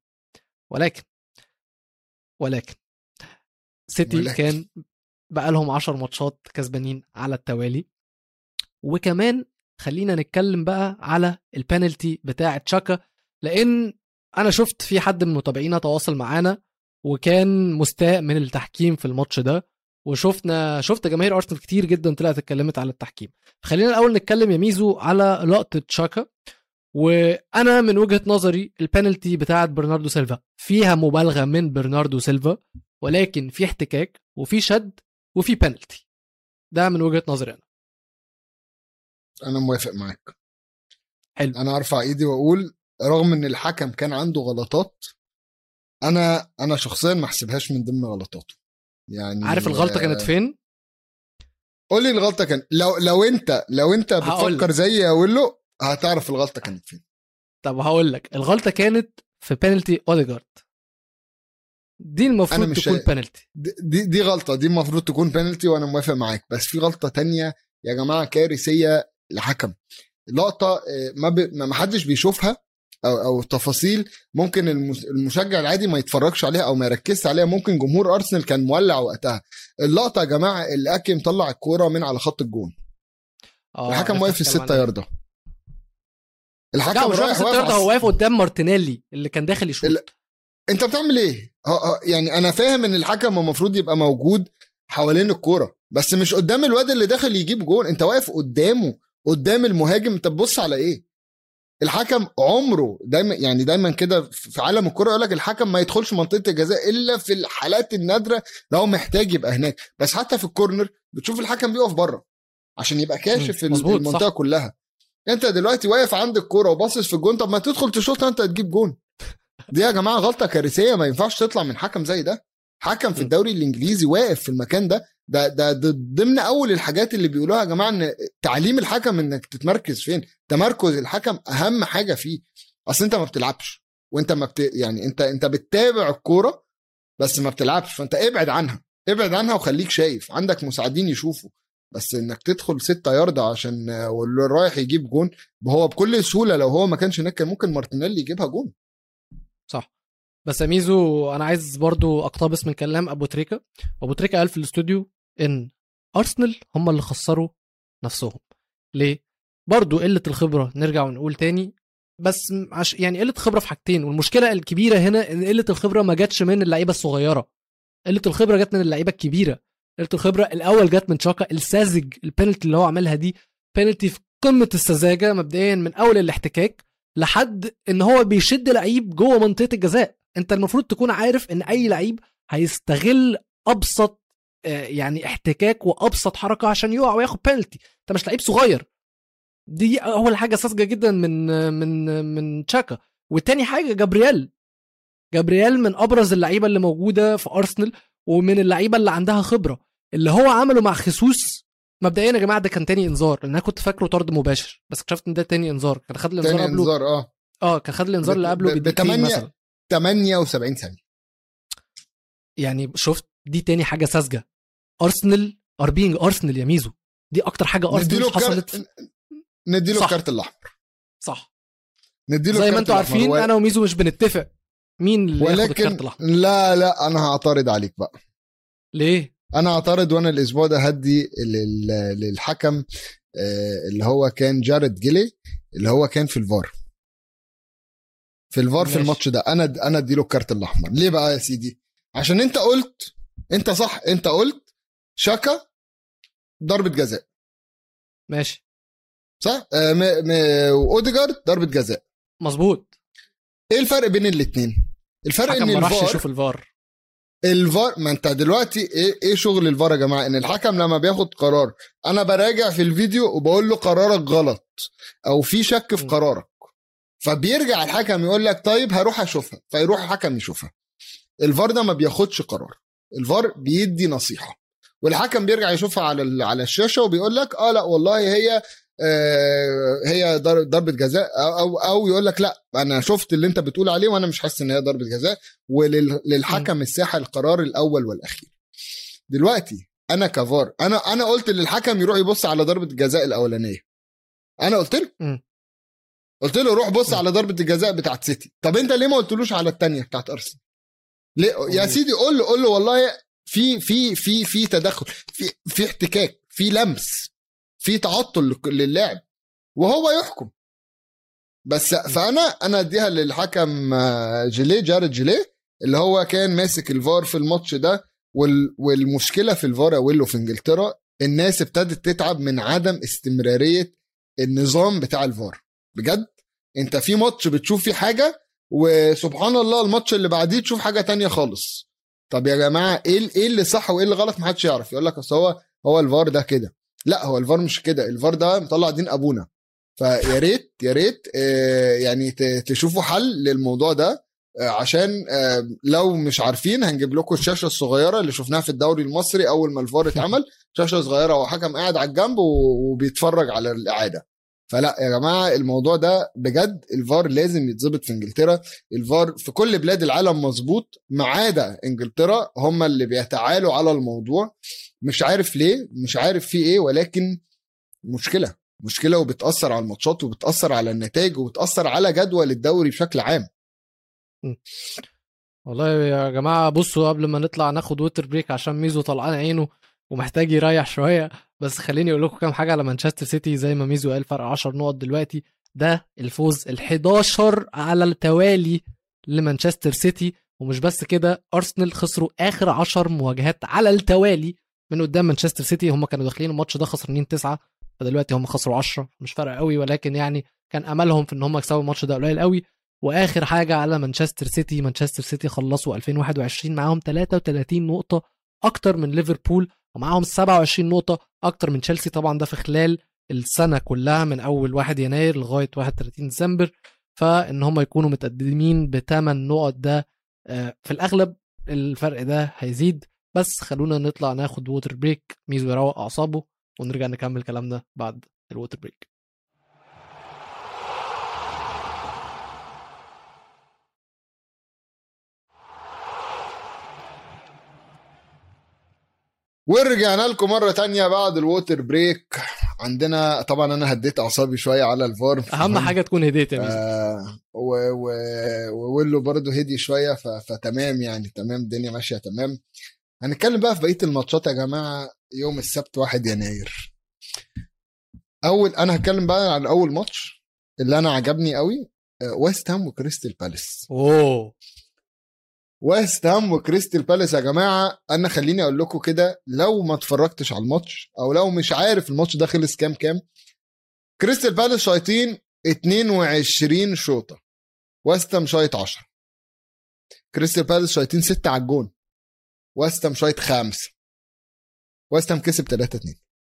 ولكن سيتي كان بقى لهم 10 ماتشات كسبانين على التوالي. وكمان خلينا نتكلم بقى على البنالتي بتاعه تشاكا، لان انا شفت في حد من متابعينا تواصل معانا وكان مستاء من التحكيم في الماتش ده، شفت جماهير ارسنال كتير جدا طلعت اتكلمت على التحكيم. خلينا الاول نتكلم يا ميزو على لقطه تشاكا. وانا من وجهة نظري البنالتي بتاعه برناردو سيلفا فيها مبالغه من برناردو سيلفا، ولكن في احتكاك وفي شد وفي بنالتي. ده من وجهة نظري انا موافق معاك. حلو. انا ارفع ايدي واقول رغم ان الحكم كان عنده غلطات، انا شخصيا ما احسبهاش من ضمن غلطاته. يعني عارف الغلطه كانت فين؟ قول لي الغلطه كان، لو انت بتفكر زي اقول له هتعرف الغلطه كانت فين. طب هقول لك الغلطه كانت في بنالتي اوديجارد. دي المفروض تكون بنالتي. دي غلطه، دي المفروض تكون بنالتي وانا موافق معاك. بس في غلطه تانية يا جماعه كارثيه لحكم. اللقطه ما حدش بيشوفها او تفاصيل ممكن المشجع العادي ما يتفرجش عليها او ما يركزش عليها. ممكن جمهور ارسنال كان مولع وقتها. اللقطه يا جماعه اللي اكي مطلع الكوره من على خط الجون، الحكم واقف في ال6 ياردة. الحكم رايح واقف، هو واقف قدام مارتينيلي اللي كان داخل يشوط. انت بتعمل ايه؟ يعني انا فاهم ان الحكم المفروض يبقى موجود حوالين الكوره، بس مش قدام الواد اللي داخل يجيب جون. انت واقف قدامه، قدام المهاجم. انت بتبص على ايه؟ الحكم عمره دايما كده في عالم الكوره يقول لك الحكم ما يدخلش منطقه الجزاء الا في الحالات النادره لو محتاج يبقى هناك. بس حتى في الكورنر بتشوف الحكم بيقف بره عشان يبقى كاشف المنطقه صح. كلها. انت دلوقتي واقف عند الكوره وباصص في الجون، طب ما تدخل تشوطها انت تجيب جون. دي يا جماعه غلطه كارثيه، ما ينفعش تطلع من حكم زي ده. حكم في الدوري الانجليزي واقف في المكان ده ضمن اول الحاجات اللي بيقولوها يا جماعه، ان تعليم الحكم انك تتمركز فين. تمركز الحكم اهم حاجه فيه. اصل انت ما بتلعبش وانت ما يعني انت بتتابع الكوره بس ما بتلعبش، فانت ابعد عنها وخليك شايف، عندك مساعدين يشوفوا. بس انك تدخل 6 ياردة عشان واللي رايح يجيب جون، هو بكل سهوله لو هو ما كانش هناك كان ممكن مارتينيلي يجيبها جون. صح. بس يا ميزو انا عايز برضو اقتبس من كلام ابو تريكة قال في الاستوديو ان ارسنال هم اللي خسروا نفسهم. ليه؟ برضو قلة الخبرة. نرجع ونقول تاني، بس يعني قلة الخبرة في حاجتين، والمشكلة الكبيرة هنا ان قلة الخبرة ما جاتش من اللعيبة الصغيرة، قلة الخبرة جت من اللعيبة الكبيرة. قلة الخبرة الاول جت من تشاكا الساذج. البنالتي اللي هو عملها دي بنالتي في قمة السذاجة مبدئيا من اول الاحتكاك، لحد ان هو بيشد لعيب جوه منطقه الجزاء. انت المفروض تكون عارف ان اي لعيب هيستغل ابسط يعني احتكاك وابسط حركه عشان يقع وياخد بينالتي. انت مش لعيب صغير. دي اول حاجه ساذجه جدا من تشاكا. والتاني حاجه جابرييل من ابرز اللعيبه اللي موجوده في ارسنال ومن اللعيبه اللي عندها خبره. اللي هو عمله مع خيسوس مبدئيا يا جماعه ده كان تاني انذار، لان انا كنت فاكره طرد مباشر بس اكتشفت ان ده تاني انذار. كان خد الانذار تاني قبله انذار كان خد الانذار اللي قبله بدقيقتين مثلا 78 ثانيه. يعني شفت دي تاني حاجه ساذجه. ارسنال اربينج ارسنال يا ميزو، دي اكتر حاجه ارسنال حصلت. نديله الكارت الاحمر صح. نديله زي ما انتوا عارفين انا وميزو مش بنتفق مين اللي ياخد الكارت الاحمر. لا انا هعترض عليك بقى. ليه؟ انا اعترض، وانا الاسبوع ده هدي للحكم اللي هو كان جارد جيلي اللي هو كان في الفار في الماتش ده. انا اديله الكارت الاحمر. ليه بقى يا سيدي؟ عشان انت قلت، انت صح، انت قلت شاكا ضربة جزاء ماشي صح، واوديجارد ضربة جزاء مظبوط. ايه الفرق بين الاثنين؟ الفرق ان ما راحش يشوف الفار. ما انت دلوقتي ايه شغل الفار يا جماعه؟ ان الحكم لما بياخد قرار انا براجع في الفيديو وبقول له قرارك غلط او في شك في قرارك، فبيرجع الحكم يقول لك طيب هروح اشوفها، فيروح الحكم يشوفها. الفار ده ما بياخدش قرار، الفار بيدي نصيحه، والحكم بيرجع يشوفها على الشاشه وبيقول لك لا والله هي ضربه جزاء، او يقول لك لا انا شفت اللي انت بتقول عليه وانا مش حاسس ان هي ضربه جزاء، وللحكم الساحه القرار الاول والاخير. دلوقتي انا كفار انا قلت للحكم يروح يبص على ضربه الجزاء الاولانيه. انا قلت له روح بص على ضربه الجزاء بتاعت سيتي. طب انت ليه ما قلتلوش على الثانيه بتاعت ارسنال؟ ليه يا سيدي؟ قول له والله في تدخل، في احتكاك، في لمس، في تعطل للاعب، وهو يحكم. بس فانا اديها للحكم جارد جيلي اللي هو كان ماسك الفار في الماتش ده. والمشكله في الفار يا ويلو في انجلترا الناس ابتدت تتعب من عدم استمراريه النظام بتاع الفار. بجد انت في ماتش بتشوف فيه حاجه وسبحان الله الماتش اللي بعديه تشوف حاجه تانية خالص. طب يا جماعه ايه اللي صح وايه اللي غلط؟ محدش يعرف. يقول لك اصل هو الفار ده كده. لا هو الفار مش كده، الفار ده مطلع دين ابونا. فيا ريت يعني تشوفوا حل للموضوع ده، عشان لو مش عارفين هنجيب لكم الشاشه الصغيره اللي شفناها في الدوري المصري اول ما الفار اتعمل، شاشه صغيره وحكم قاعد على الجنب وبيتفرج على الاعاده. فلا يا جماعه الموضوع ده بجد الفار لازم يتظبط في انجلترا. الفار في كل بلاد العالم مظبوط ما عدا انجلترا، هم اللي بيتعالوا على الموضوع. مش عارف ليه، مش عارف في ايه، ولكن مشكله وبتاثر على الماتشات وبتاثر على النتائج وبتاثر على جدول الدوري بشكل عام. والله يا جماعه بصوا قبل ما نطلع ناخد ووتر بريك عشان ميزو طلعان عينه ومحتاج يريح شويه، بس خليني اقول لكم كام حاجه على مانشستر سيتي. زي ما ميزو قال فرق 10 نقط دلوقتي، ده الفوز ال11 على التوالي لمانشستر سيتي. ومش بس كده، ارسنال خسروا اخر 10 مواجهات على التوالي من قدام مانشستر سيتي. هم كانوا داخلين الماتش ده خسرانين 9، فدلوقتي هم خسروا 10. مش فرق قوي، ولكن يعني كان املهم في ان هم يكسبوا الماتش ده قليل قوي. واخر حاجه على مانشستر سيتي خلصوا 2021 معاهم 33 نقطه اكتر من ليفربول، ومعاهم 27 نقطه اكتر من تشيلسي. طبعا ده في خلال السنه كلها من اول 1 يناير لغايه 31 ديسمبر. فان هم يكونوا متقدمين ب8 نقط ده في الاغلب الفرق ده هيزيد. بس خلونا نطلع ناخد ووتر بريك، ميزو يروق اعصابه ونرجع نكمل كلامنا بعد الووتر بريك. ورجعنا لكم مرة تانية بعد الووتر بريك. عندنا طبعا انا هديت اعصابي شوية على الفار، اهم حاجة تكون هديت يا ميزو. وولو برضو هدي شوية فتمام، يعني تمام، الدنيا ماشية تمام. هنتكلم بقى في بقية الماتشات يا جماعة. يوم السبت 1 يناير انا هتكلم بقى عن اول ماتش اللي انا عجبني قوي، ويست هام وكريستال بالاس. ويست هام وكريستال بالاس يا جماعه، انا خليني اقول لكم كده، لو ما اتفرجتش على الماتش او لو مش عارف الماتش ده خلص كام، كريستال بالاس شايطين 22 شوطه، وستام شايط 10، كريستال بالاس شايطين 6 على الجون، وستام شايط 5، وستام كسب 3-2.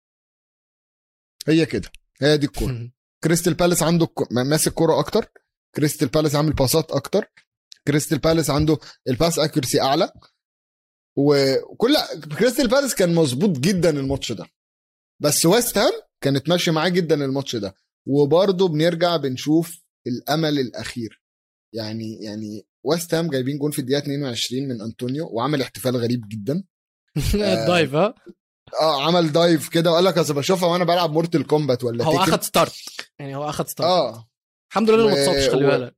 هي كده، هي دي الكوره. كريستال بالاس عنده ماسك كوره اكتر، كريستال بالاس عامل باسات اكتر، كريستال بالاس عنده الباس اكيورسي اعلى، وكل كريستال بالاس كان مظبوط جدا الماتش ده، بس ويست هام كانت ماشيه معاه جدا الماتش ده. وبرضه بنرجع بنشوف الامل الاخير، يعني ويست هام جايبين جون في الدقيقه 22 من انطونيو، وعمل احتفال غريب جدا. الدايف عمل دايف كده وقال لك اصل بشوفها وانا بلعب مورتل كومبات ولا هو تيكن. اخد ستارت، يعني هو اخد ستارت. الحمد لله ما اتصابش، خلي بالك.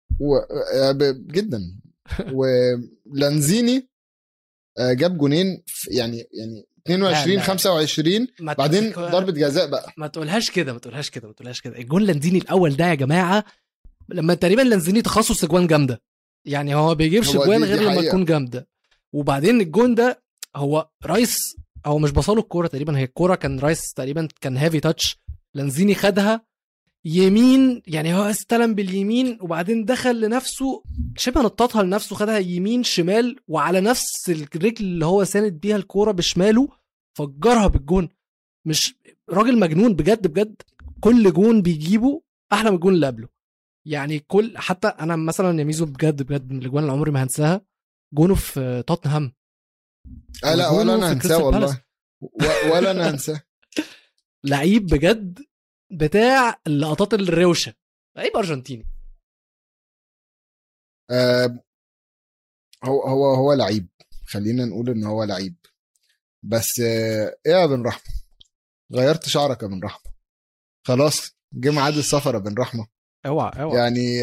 جدا. ولانزيني جاب جونين يعني 22 لا. 25 بعدين ضربة جزاء بقى. ما تقولهاش كده الجون لانزيني الاول ده يا جماعة، لما تقريبا لانزيني تخصص اجوان جامدة، يعني هو بيجيبش اجوان غير لما تكون جامدة. وبعدين الجون ده هو رايس، هو مش بصاله الكورة تقريبا، هي الكورة كان رايس تقريبا كان هافي تاتش، لانزيني خدها يمين، يعني هو استلم باليمين وبعدين دخل لنفسه شبه نططها لنفسه، خدها يمين شمال وعلى نفس الرجل اللي هو ساند بيها الكورة بشماله فجرها بالجون. مش راجل مجنون بجد. كل جون بيجيبه احلى من الجون اللي قبله، يعني حتى انا مثلا يا ميزو بجد من الاجوان اللي عمري ما هنساها جونه في توتنهام. لا ولا انا هنساه والله، ولا انا هنساه. لعيب بجد بتاع اللقطات الروشه، لعيب ارجنتيني. هو لعيب، خلينا نقول ان هو لعيب، بس ايه يا بن رحمه، غيرت شعرك يا بن رحمه، خلاص جه ميعاد السفر يا بن رحمه. اوعى يعني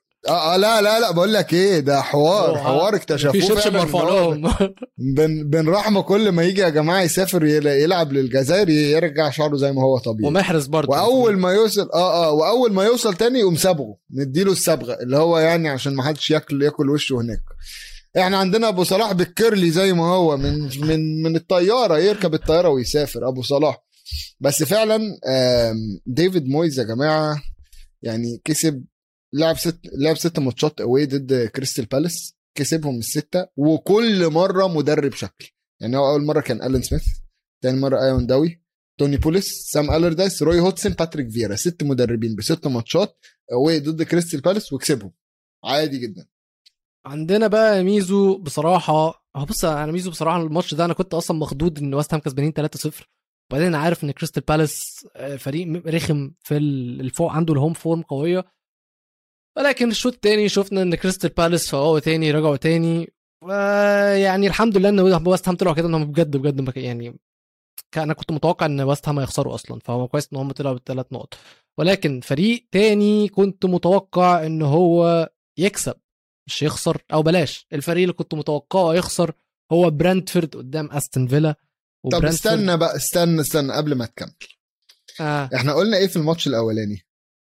لا بقول لك ايه، ده حوار اكتشفوه فعلا. بن رحمه كل ما يجي يا جماعه يسافر يلعب للجزائر يرجع شعره زي ما هو طبيعي، ومحرز برضه، واول ما يوصل واول ما يوصل تاني يقوم صبغه، نديله الصبغه اللي هو يعني عشان ما حدش ياكل وشه هناك. احنا عندنا ابو صلاح بالكيرلي زي ما هو من الطياره، يركب الطياره ويسافر ابو صلاح. بس فعلا ديفيد مويز يا جماعه يعني كسب، لعب 6 ماتشات اوي ضد كريستال بالاس، كسبهم ال6، وكل مره مدرب شكل. يعني هو اول مره كان ألين سميث، ثاني مره ايون داوي، توني بوليس، سام ألردايس، روي هوتسن، باتريك فيرا، 6 مدربين ب6 ماتشات اوي ضد كريستال بالاس وكسبهم عادي جدا. عندنا بقى ميزو بصراحه، بص انا ميزو بصراحه الماتش ده انا كنت اصلا مخضوض ان ويست هام كسبانين 3-0، وبعدين انا عارف ان كريستال بالاس فريق رخم في الفوق، عنده الهوم فورم قويه، ولكن الشوط الثاني شفنا ان كريستال بالاس فوقوا تاني، رجعوا تاني، يعني الحمد لله ان ويست هام طلعوا كده انهم بجد يعني انا كنت متوقع ان ويست هام هيخسروا اصلا، فهو كويس ان هم طلعوا ب3 نقط. ولكن فريق تاني كنت متوقع ان هو يكسب مش يخسر، او بلاش، الفريق اللي كنت متوقعه يخسر هو برنتفورد قدام استون فيلا. طب استنى بقى، استنى قبل ما تكمل. احنا قلنا ايه في الماتش الاولاني؟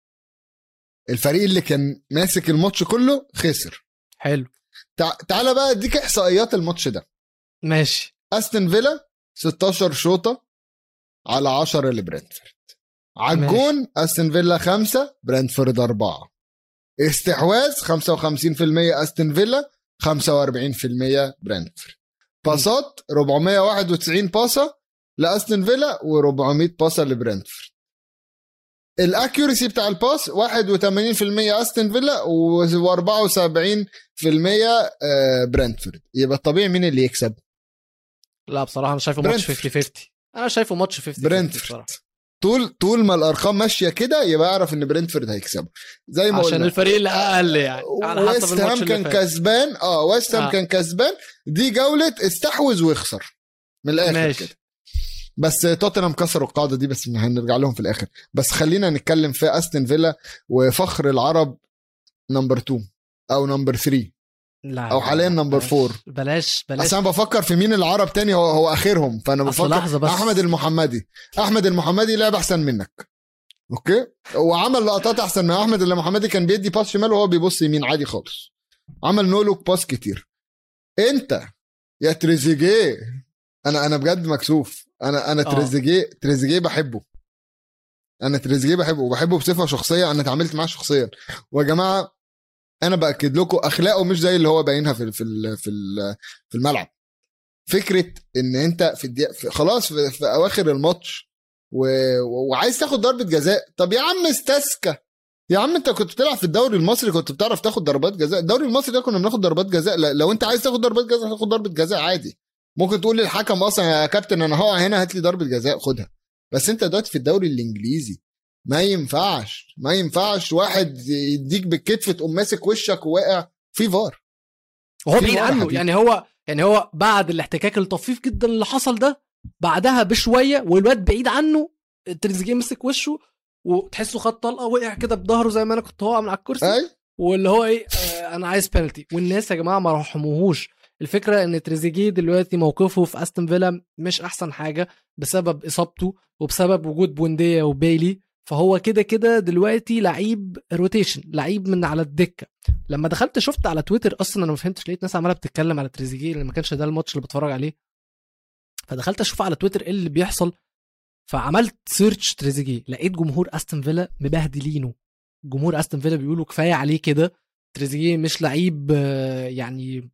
الفريق اللي كان ماسك الماتش كله خسر. حلو، تعالى بقى اديك احصائيات الماتش ده. ماشي. استون فيلا 16 شوطه على 10 لبرنتفورد، على الجون استون فيلا 5، برنتفورد 4، استحواذ 55% استون فيلا، 45% برنتفورد، باسات 491 باسه لاستون فيلا و400 باسه لبرنتفورد. الاكيورسي بتاع الباس 81% استون فيلا و74% برنتفورد. يبقى الطبيعي مين اللي يكسب؟ لا بصراحه انا شايفه ماتش 50-50. انا شايفه ماتش 50-50 برنتفورد. طول ما الارقام ماشيه كده يبقى اعرف ان برنتفورد هيكسبوا زي ما عشان قلنا. الفريق اللي اقل يعني على حسب الماتش اللي كان كسبان. ويست هام كان كسبان، دي جوله استحوذ ويخسر من الاخر ماشي. كده بس توتنهام كسروا القاعده دي، بس هنرجع لهم في الاخر. بس خلينا نتكلم في استون فيلا وفخر العرب نمبر 2 او نمبر 3 او حاليا نمبر 4. بلاش اصل انا بفكر في مين العرب تاني هو اخرهم، فانا بفكر احمد المحمدي لعب احسن منك، اوكي، وعمل لقطات احسن من احمد المحمدي، كان بيدي باس شمال وهو بيبص يمين عادي خالص، عمل نولوك باس كتير. انت يا تريزيجيه، انا بجد مكسوف. انا تريزيجيه بحبه، انا تريزيجيه بحبه بصفه شخصيه، انا اتعاملت معاه شخصيا. ويا جماعه انا باكد لكم اخلاقه مش زي اللي هو باينها في الملعب. فكره ان انت خلاص في اواخر الماتش وعايز تاخد ضربه جزاء، طب يا عم استسكى يا عم، انت كنت بتلعب في الدوري المصري كنت بتعرف تاخد ضربات جزاء. الدوري المصري ده كنا بناخد ضربات جزاء. لو انت عايز تاخد ضربات جزاء تاخد ضربه جزاء عادي. ممكن تقول للحكم اصلا يا كابتن انا هقع هنا هات لي ضربه جزاء خدها. بس انت دلوقتي في الدوري الانجليزي ما ينفعش واحد يديك بالكتف تقوم ماسك وشك وواقع في فار وهو بعيد عنه. يعني هو بعد الاحتكاك الطفيف جدا اللي حصل ده بعدها بشويه والواد بعيد عنه، تريزيجيه مسك وشه وتحسه خد طلقه وقع كده بظهره زي ما انا كنت هقع من على الكرسي واللي هو ايه انا عايز بينالتي. والناس يا جماعه ما رحموهوش. الفكره ان تريزيجيه دلوقتي موقفه في استون فيلا مش احسن حاجه بسبب اصابته وبسبب وجود بونديا وبيلي. فهو كده دلوقتي لعيب روتيشن، لعيب من على الدكه. لما دخلت شفت على تويتر اصلا انا ما فهمتش، لقيت ناس عماله بتتكلم على تريزيجيه اللي ما كانش ده الماتش اللي بتفرج عليه. فدخلت اشوف على تويتر ايه اللي بيحصل، فعملت سيرش تريزيجيه لقيت جمهور استون فيلا مبهدلينه. جمهور استون فيلا بيقولوا كفايه عليه كده، تريزيجيه مش لعيب يعني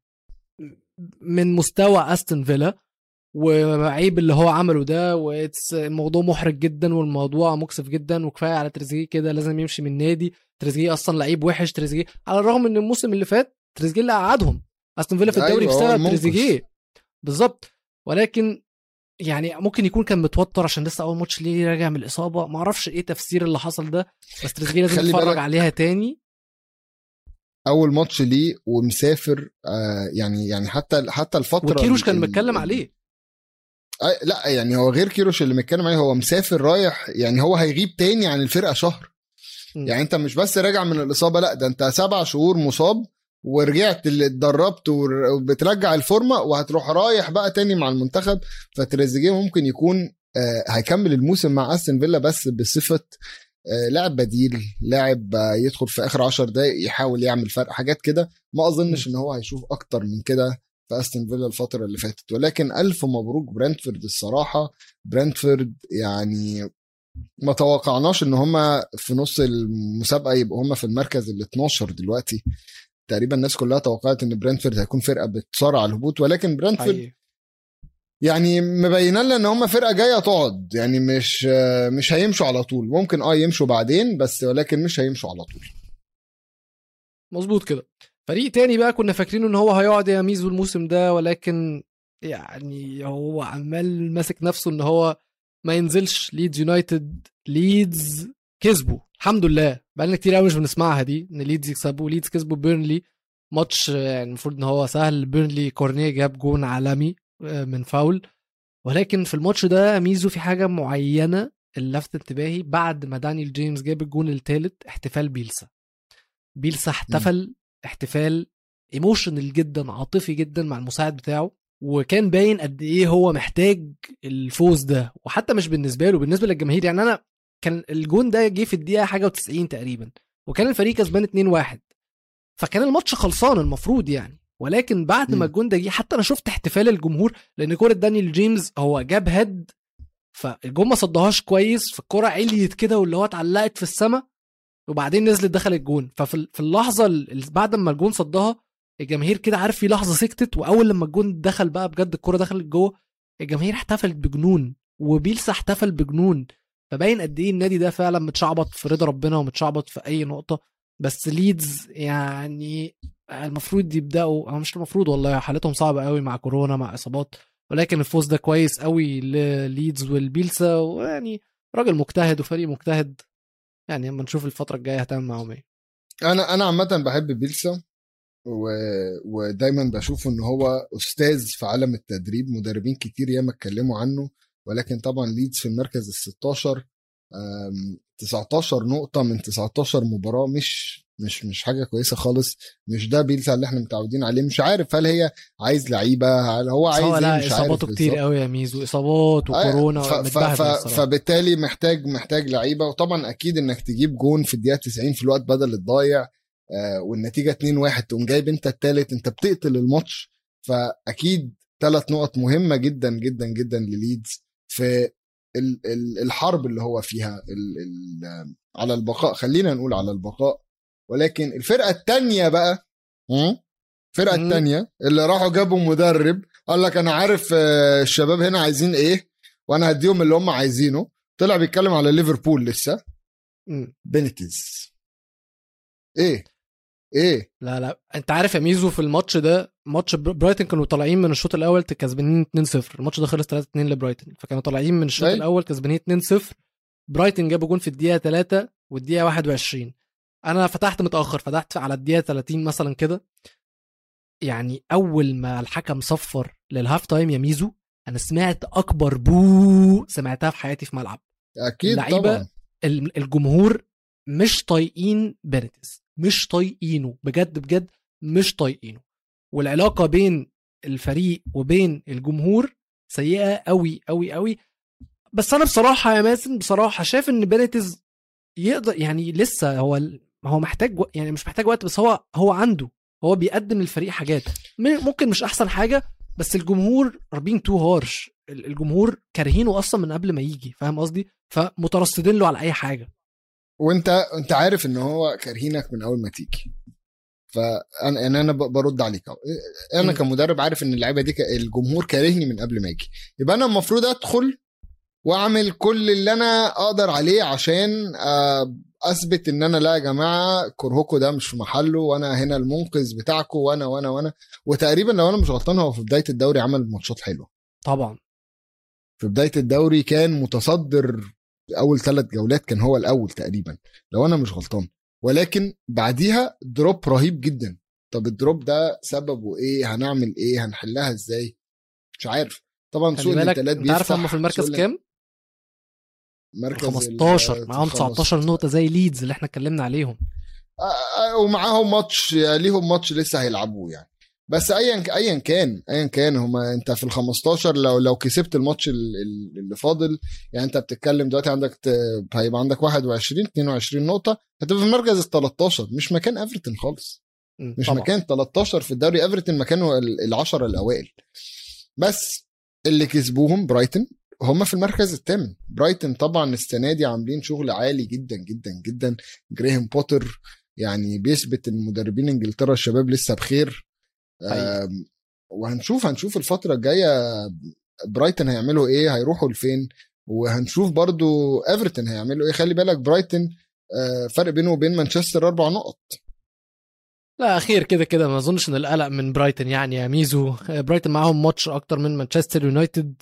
من مستوى استون فيلا، وعيب اللي هو عمله ده، والموضوع محرج جدا والموضوع مكسف جدا وكفايه على تريزيجيه كده لازم يمشي من النادي. تريزيجيه اصلا لعيب وحش. تريزيجيه على الرغم ان الموسم اللي فات تريزيجيه اللي قعدهم استون فيلا في الدوري بسبب تريزيجيه بالظبط. ولكن يعني ممكن يكون كان متوتر عشان لسه اول ماتش ليه راجع من الاصابه، ما اعرفش ايه تفسير اللي حصل ده، بس تريزيجيه لازم نتفرج عليها تاني. اول ماتش ليه ومسافر يعني حتى الفتره وكيروش كان متكلم عليه. لا يعني هو غير كيروش اللي متكلم عليه، هو مسافر رايح، يعني هو هيغيب تاني عن الفرقه شهر. يعني انت مش بس راجع من الاصابه، لا ده انت 7 شهور مصاب ورجعت اللي اتدربت وبترجع الفورمه وهتروح رايح بقى تاني مع المنتخب. فتريزيجيه ممكن يكون هيكمل الموسم مع استون فيلا بس بصفه لاعب بديل، لاعب يدخل في اخر 10 دقايق يحاول يعمل فرق حاجات كده. ما اظنش ان هو هيشوف اكتر من كده في استون فيلا الفتره اللي فاتت. ولكن الف مبروك برنتفورد الصراحه. برنتفورد يعني ما توقعناش ان هم في نص المسابقه يبقوا هم في المركز ال 12 دلوقتي. تقريبا الناس كلها توقعت ان برنتفورد هيكون فرقه بتصارع على الهبوط، ولكن برنتفورد يعني مبينه لنا ان هم فرقه جايه تقعد، يعني مش هيمشوا على طول. ممكن يمشوا بعدين بس، ولكن مش هيمشوا على طول. مظبوط كده. فريق تاني بقى كنا فاكرينه ان هو هيقعد يا ميزو الموسم ده، ولكن يعني هو عمال ماسك نفسه ان هو ما ينزلش. ليدز يونايتد. ليدز كسبوا الحمد لله، بقالنا كتير قوي مش بنسمعها دي ان ليدز يكسبوا. ليدز كسبوا بيرنلي ماتش يعني المفروض ان هو سهل. بيرنلي كورنيه جاب جون عالمي من فاول. ولكن في الماتش ده ميزو في حاجه معينه اللي لفت انتباهي، بعد ما دانيال جيمس جاب الجون الثالث احتفال بيلسا احتفل احتفال ايموشنال جدا، عاطفي جدا مع المساعد بتاعه، وكان باين قد ايه هو محتاج الفوز ده. وحتى مش بالنسبه له، بالنسبه للجماهير. يعني انا كان الجون ده جه في الدقيقه حاجه و90 تقريبا، وكان الفريق كسبان 2-1، فكان الماتش خلصان المفروض يعني. ولكن بعد ما الجون ده جه حتى انا شفت احتفال الجمهور، لان كوره دانيال جيمس هو جاب هيد فالجون ما صدهاش كويس، فالكوره عليت كده واللي هو اتعلقت في السماء وبعدين نزلت دخل الجون. ففي اللحظه بعد ما الجون صدها الجماهير كده عارف في لحظه سكتت، واول لما الجون دخل بقى بجد الكوره دخلت جوه الجماهير احتفلت بجنون، وبيلسا احتفل بجنون. فباين قد ايه النادي ده فعلا متشعبط في رضا ربنا ومتشعبط في اي نقطه. بس ليدز يعني المفروض يبداوا، او مش المفروض والله، حالتهم صعبه قوي مع كورونا مع اصابات، ولكن الفوز ده كويس قوي لليدز والبيلسا، ويعني راجل مجتهد وفريق مجتهد. يعني اما نشوف الفتره الجايه هتعمل معاهم ايه. انا عامه بحب بيلسا ودايما بشوفه ان هو استاذ في عالم التدريب. مدربين كتير ياما اتكلموا عنه، ولكن طبعا ليدز في المركز ال16 19 نقطة من 19 مباراة، مش حاجة كويسة خالص. مش ده بيلسا اللي احنا متعودين عليه. مش عارف هل هي عايز لعيبة، هل هو عايز ايه، مش عارف. اصاباته كتير قوي يا ميزو، اصابات وكورونا فبالتالي محتاج لعيبة. وطبعا اكيد انك تجيب جون في الدقيقة 90 في الوقت بدل الضايع والنتيجة 2-1 تقوم جايب انت التالت، انت بتقتل الماتش. فاكيد 3 نقط مهمة جدا جدا جدا لليدز في الحرب اللي هو فيها على البقاء، خلينا نقول على البقاء. ولكن الفرقة التانية بقى، الفرقة التانية اللي راحوا جابوا مدرب قال لك انا عارف الشباب هنا عايزين ايه وانا هديهم اللي هم عايزينه، طلع بيتكلم على ليفربول لسه. بينيتيز ايه لا انت عارف يا ميزو، في الماتش ده ماتش برايتن كانوا طالعين من الشوط الاول كسبانين 2-0، الماتش ده خلص 3-2 لبرايتن، فكانوا طالعين من الشوط الاول كسبانين 2-0، برايتن جابوا جون في الدقيقه 3 والدقيقه 21. انا فتحت متاخر، فتحت على الدقيقه 30 مثلا كده، يعني اول ما الحكم صفر للهاف تايم يا ميزو، انا سمعت اكبر بو سمعتها في حياتي في ملعب. اكيد طبعا الجمهور مش طايقين بينيتيز، مش طايقينه بجد بجد، مش طايقينه. والعلاقه بين الفريق وبين الجمهور سيئه قوي قوي قوي. بس انا بصراحه يا مازن، بصراحه شايف ان بينيتيز يقدر، يعني لسه هو محتاج يعني مش محتاج وقت، بس هو عنده، هو بيقدم للفريق حاجات ممكن مش احسن حاجه، بس الجمهور رابين تو هارش، الجمهور كارهينه اصلا من قبل ما يجي، فاهم قصدي؟ فمترصدين له على اي حاجه. وانت عارف ان هو كارهينك من اول ما تيجي، فانا برد عليك. انا كمدرب عارف ان اللعيبه دي الجمهور كارهني من قبل ما اجي، يبقى انا المفروض ادخل واعمل كل اللي انا اقدر عليه عشان اثبت ان انا لا يا جماعه كرهكم ده مش في محله، وانا هنا المنقذ بتاعكم، وانا وتقريبا لو انا مش غلطان هو في بدايه الدوري عمل ماتشات حلوه طبعا. في بدايه الدوري كان متصدر، اول 3 جولات كان هو الاول تقريبا لو انا مش غلطان، ولكن بعديها دروب رهيب جدا. طب الدروب ده سببه ايه؟ هنعمل ايه؟ هنحلها ازاي؟ مش عارف. طبعا سوق الانتقالات بيفتح. انت عارف هم في المركز كام؟ مركز 15 معاهم 19 نقطة زي ليدز اللي احنا اتكلمنا عليهم، ومعاهم ماتش، ليهم ماتش لسه هيلعبوه يعني. بس ايا كان هما انت في ال15 لو كسبت الماتش اللي فاضل، يعني انت بتتكلم دلوقتي عندك هيبقى عندك 22 نقطة، هتبقى في المركز ال13، مش مكان ايفرتون خالص، مش طبعا. مكان 13 في الدوري، ايفرتون مكانه ال10 الاوائل. بس اللي كسبوهم برايتن هم في المركز الثامن. برايتن طبعا السنه دي عاملين شغل عالي جدا جدا جدا. جريهام بوتر يعني بيثبت المدربين انجلترا الشباب لسه بخير. وهنشوف الفتره الجايه برايتن هيعملوا ايه، هيروحوا لفين، وهنشوف برضو ايفرتون هيعملوا ايه. خلي بالك برايتن فرق بينه وبين مانشستر 4 نقط. لا اخير كده ما اظنش ان القلق من برايتن يعني يا ميزو. برايتن معاهم ماتش اكتر من مانشستر يونايتد،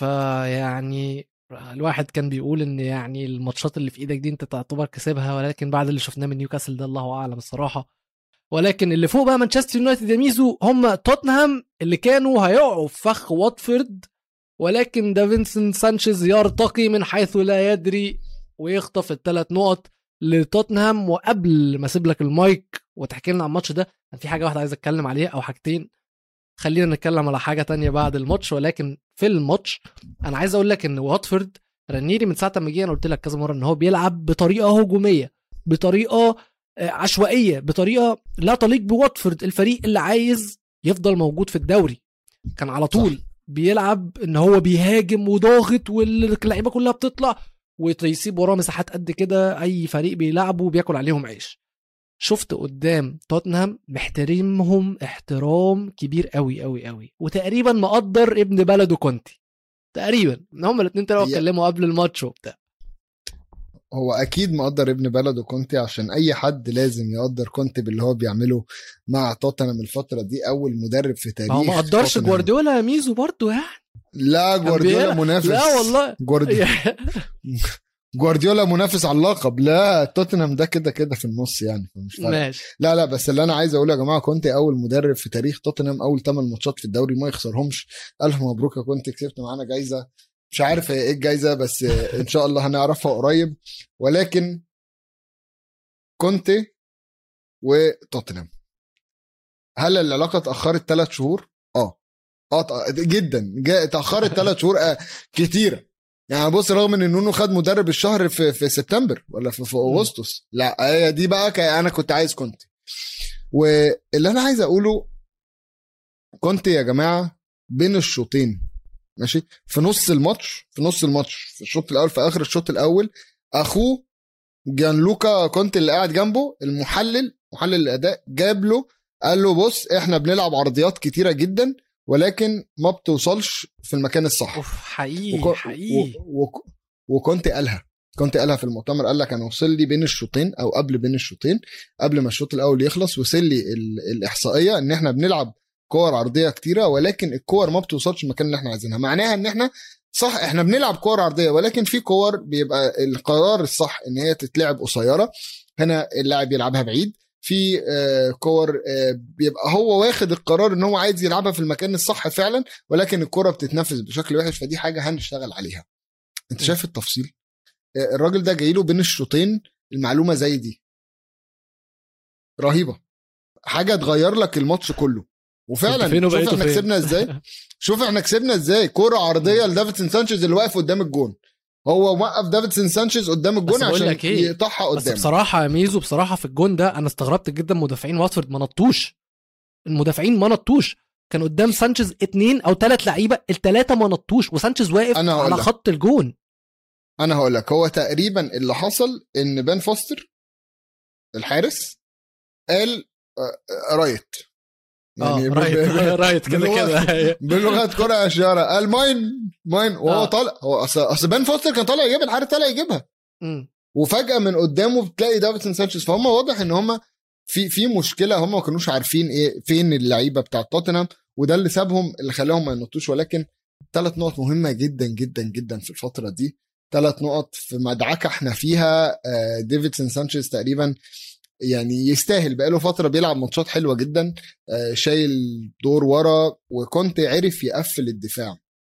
فيعني الواحد كان بيقول ان يعني الماتشات اللي في ايدك دي انت تعتبر كسبها، ولكن بعد اللي شفناه من نيوكاسل ده الله اعلم الصراحه. ولكن اللي فوق بقى مانشستر يونايتد يا ميزو هم توتنهام اللي كانوا هيقعوا في فخ واتفورد، ولكن دافنسون سانشيز يرتقي من حيث لا يدري ويخطف ال3 نقط لتوتنهام. وقبل ما اسيب لك المايك وتحكي لنا عن الماتش ده، كان في حاجه واحده عايز اتكلم عليها او حاجتين، خلينا نتكلم على حاجه تانية بعد الماتش. ولكن في الماتش انا عايز اقول لك ان واتفورد رانيري من ساعه ما جه انا قلت لك كذا مره ان هو بيلعب بطريقه هجوميه، بطريقه عشوائيه، بطريقه لا تليق بواتفورد، الفريق اللي عايز يفضل موجود في الدوري. كان على طول بيلعب ان هو بيهاجم وضاغط واللعيبه كلها بتطلع ويسيب وراه مساحات قد كده، اي فريق بيلعبه بياكل عليهم عيش. شفت قدام توتنهام محترمهم احترام كبير قوي قوي قوي، وتقريبا مقدر ابن بلده كونتي تقريبا، ان هم الاثنين طلعوا اتكلموا قبل الماتش وبتاع. هو اكيد مقدر ابن بلده كونتي، عشان اي حد لازم يقدر كونتي باللي هو بيعمله مع توتنهام الفتره دي. اول مدرب في تاريخ ما قدرش جوارديولا يا ميزو برضو يعني. لا جوارديولا منافس، لا والله جوارديولا منافس على اللقب. لا توتنهام ده كده في النص يعني، فمش فارق. لا بس اللي انا عايز اقوله يا جماعه، كونتي اول مدرب في تاريخ توتنهام، اول 8 ماتشات في الدوري ما يخسرهمش. الف مبروك يا كونتي، كسبت معانا جايزه، مش عارف هي ايه الجايزه بس ان شاء الله هنعرفها قريب. ولكن كونتي وتوتنهام، هل العلاقه اتاخرت 3 شهور؟ جدا اتاخرت 3 شهور كتيره يعني. بص، رغم ان نونو خد مدرب الشهر في سبتمبر ولا في اغسطس، لا هي دي بقى انا كنت عايز كونتي. واللي انا عايز اقوله، كونتي يا جماعه بين الشوطين ماشي. في نص الماتش في الشوط الاول، في اخر الشوط الاول، اخوه جانلوكا كونتي اللي قاعد جنبه محلل الاداء جاب له قال له بص احنا بنلعب عرضيات كتيره جدا ولكن ما بتوصلش في المكان الصح. حقيقي وكونتي قالها في المؤتمر، قال لك انا وصل لي بين الشوطين او بين الشوطين قبل ما الشوط الاول يخلص وصل لي الاحصائيه ان احنا بنلعب كور عرضيه كتيره ولكن الكور ما بتوصلش المكان اللي احنا عايزينها. معناها ان احنا صح احنا بنلعب كور عرضيه ولكن في كور بيبقى القرار الصح ان هي تتلعب قصيره، هنا اللاعب يلعبها بعيد. في كور بيبقى هو واخد القرار ان هو عايز يلعبها في المكان الصح فعلا ولكن الكره بتتنفذ بشكل وحش، فدي حاجه هنشتغل عليها. انت شايف التفصيل؟ الراجل ده جايله بين الشوطين المعلومه زي دي رهيبه، حاجه تغير لك الماتش كله. وفعلا شوف احنا كسبنا ازاي كرة عرضيه لدافيدسون سانشيز اللي واقف قدام الجون، هو موقف دافيدسون سانشيز قدام الجون عشان يقطعها قدام. بس بصراحه يا ميزو بصراحه في الجون ده انا استغربت جدا مدافعين واتفورد ما نطوش، المدافعين ما نطوش، كان قدام سانشيز 2 أو 3 لعيبه، ال3 ما نطوش وسانشيز واقف على خط الجون. انا هقول لك هو تقريبا اللي حصل ان بان فوستر الحارس قال رايت يعني رايت كده بلغه كره اشاره، قال ماين وهو طالع، هو اصل بان فوستر كان طالع يجيب الحارس، طالع يجيبها وفجاه من قدامه بتلاقي دافيدسون سانشيز. فهم واضح ان هم في مشكله، هم ما كانوش عارفين ايه فين اللعيبه بتاع توتنهام وده اللي سابهم اللي خلاهم ما ينطوش. ولكن 3 نقط مهمه جدا جدا جدا في الفتره دي، 3 نقط في مدعكه احنا فيها. دافيدسون سانشيز تقريبا يعني يستاهل، بقاله فترة بيلعب ماتشات حلوة جدا، شايل دور ورا، وكنت عرف يقفل الدفاع،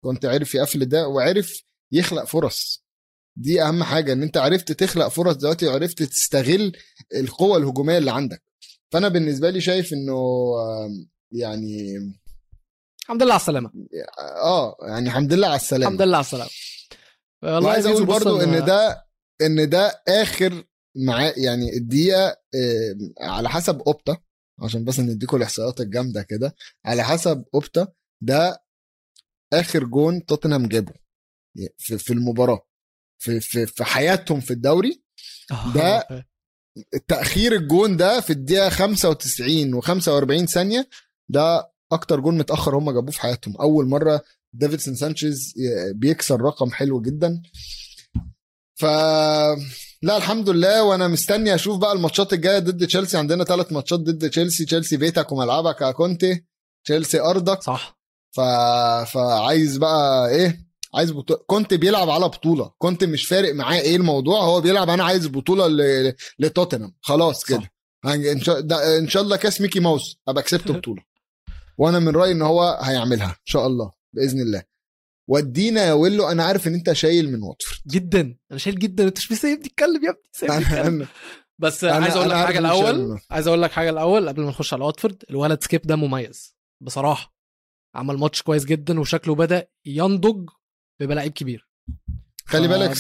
وعرف يخلق فرص. دي اهم حاجة، ان انت عرفت تخلق فرص دلوقتي وعرفت تستغل القوة الهجومية اللي عندك. فانا بالنسبة لي شايف انه يعني الحمد لله على السلامة. يعني الحمد لله على السلامة. الحمد لله على السلامة. وعايز اقول برضو ان ده اخر مع يعني الدقيقة على حسب اوبتا، عشان بس نديكم الاحصائيات الجامدة كده، على حسب اوبتا ده اخر جون توتنهام جابه في المباراة في حياتهم في الدوري. ده التأخير الجون ده في الدقيقة 95 و45 ثانية، ده اكتر جون متأخر هم جابوه في حياتهم. اول مرة دافيدسون سانشيز بيكسر رقم حلو جدا. لا الحمد لله، وانا مستني اشوف بقى الماتشات الجايه ضد تشيلسي. عندنا 3 ماتشات ضد تشيلسي بيتك وملعبك يا كونتي، تشيلسي ارضك صح. فعايز بقى ايه، عايز كونتي بيلعب على بطوله، كونتي مش فارق معاه ايه الموضوع، هو بيلعب انا عايز بطوله لتوتنهام خلاص كده. ان شاء الله كاس ميكي ماوس ابقى كسبت بطوله، وانا من رايي ان هو هيعملها ان شاء الله باذن الله. ودينا يا ويلو، انا عارف ان انت شايل من واتفورد جدا، انا شايل جدا، انت مش سايبني اتكلم يا ابني بس عايز اقول لك حاجه الاول قبل ما نخش على واتفورد. الولد سكيب ده مميز بصراحه، عمل ماتش كويس جدا وشكله بدا ينضج بيبقى لعيب كبير. خلي بالك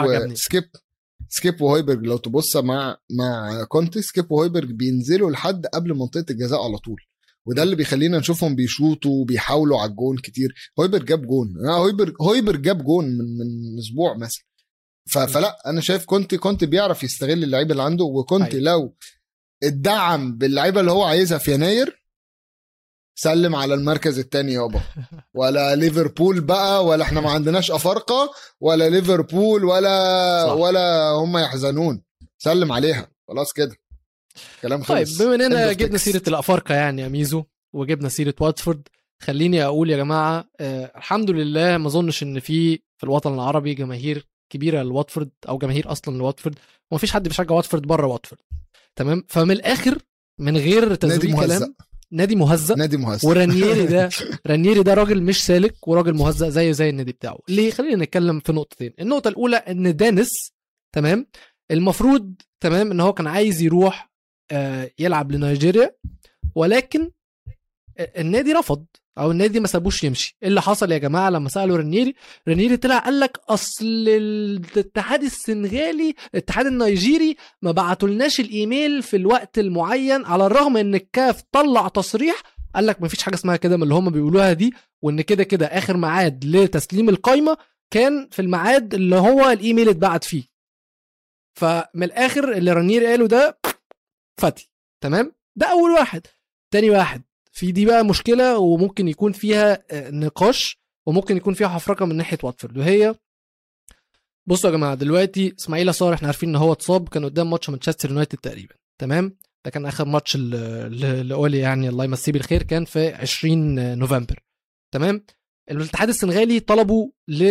سكيب وهويبرج لو تبص مع كونتي، سكيب وهويبرج بينزلوا لحد قبل منطقه الجزاء على طول، وده اللي بيخلينا نشوفهم بيشوطوا وبيحاولوا على الجون كتير. هويبرج جاب جون، هويبرج جاب جون من اسبوع مثلا. فلا انا شايف كونتي بيعرف يستغل اللعيبه اللي عنده، وكونتي لو اتدعم باللعيبه اللي هو عايزها في يناير سلم على المركز الثاني يابا. ولا ليفربول بقى، ولا احنا ما عندناش افارقه، ولا ليفربول ولا هم يحزنون، سلم عليها خلاص كده كلام خلص. طيب بما اننا جبنا سيره الافارقه يعني يا ميزو وجبنا سيره واتفورد، خليني اقول يا جماعه الحمد لله ما اظنش ان في الوطن العربي جماهير كبيره لواتفورد او جماهير اصلا لواتفورد، وما فيش حد بيشجع واتفورد بره واتفورد. تمام، فمن الاخر من غير تزويق كلام، نادي مهزأ. ورانييري ده راجل مش سالك وراجل مهزأ زي النادي بتاعه. ليه؟ خلينا نتكلم في نقطتين. النقطه الاولى ان دانيس تمام المفروض تمام ان هو كان عايز يروح يلعب لنيجيريا، ولكن النادي رفض او النادي ما سابوش يمشي. اللي حصل يا جماعه لما سالوا رانييري طلع قال لك اصل الاتحاد السنغالي الاتحاد النيجيري ما بعتولناش الايميل في الوقت المعين، على الرغم ان الكاف طلع تصريح قال لك مفيش حاجه اسمها كده من اللي هم بيقولوها دي، وان كده كده اخر ميعاد لتسليم القائمه كان في الميعاد اللي هو الايميل اتبعت فيه. فمن الاخر اللي رانير قاله ده فتي. تمام، ده اول واحد. تاني واحد في دي بقى مشكله وممكن يكون فيها نقاش وممكن يكون فيها حفرقه من ناحيه واتفورد، وهي بصوا يا جماعه دلوقتي اسماعيل صار احنا عارفين ان هو اتصاب، كان قدام ماتش مانشستر يونايتد تقريبا. تمام، ده كان اخر ماتش لاولي يعني الله يمسيه بالخير، كان في 20 نوفمبر. تمام، الاتحاد السنغالي طلبوا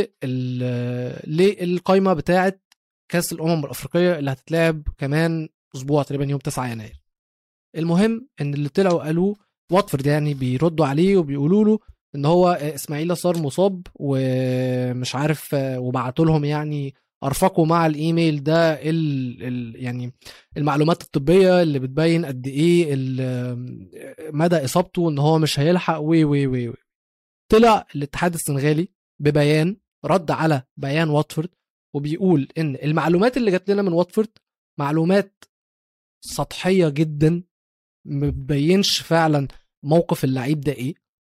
للقائمه بتاعه كاس الامم الافريقيه اللي هتتلعب كمان اسبوع تقريبا يوم 9 يناير. المهم ان اللي طلعوا قالوا واتفورد يعني بيردوا عليه وبيقولوا له ان هو اسماعيل صار مصاب ومش عارف، وبعتوا لهم يعني ارفقوا مع الايميل ده يعني المعلومات الطبيه اللي بتبين قد ايه مدى اصابته ان هو مش هيلحق وي. طلع الاتحاد السنغالي ببيان رد على بيان واتفورد وبيقول ان المعلومات اللي جات لنا من واتفورد معلومات سطحيه جدا، ما بتبينش فعلا موقف اللعيب ده ايه،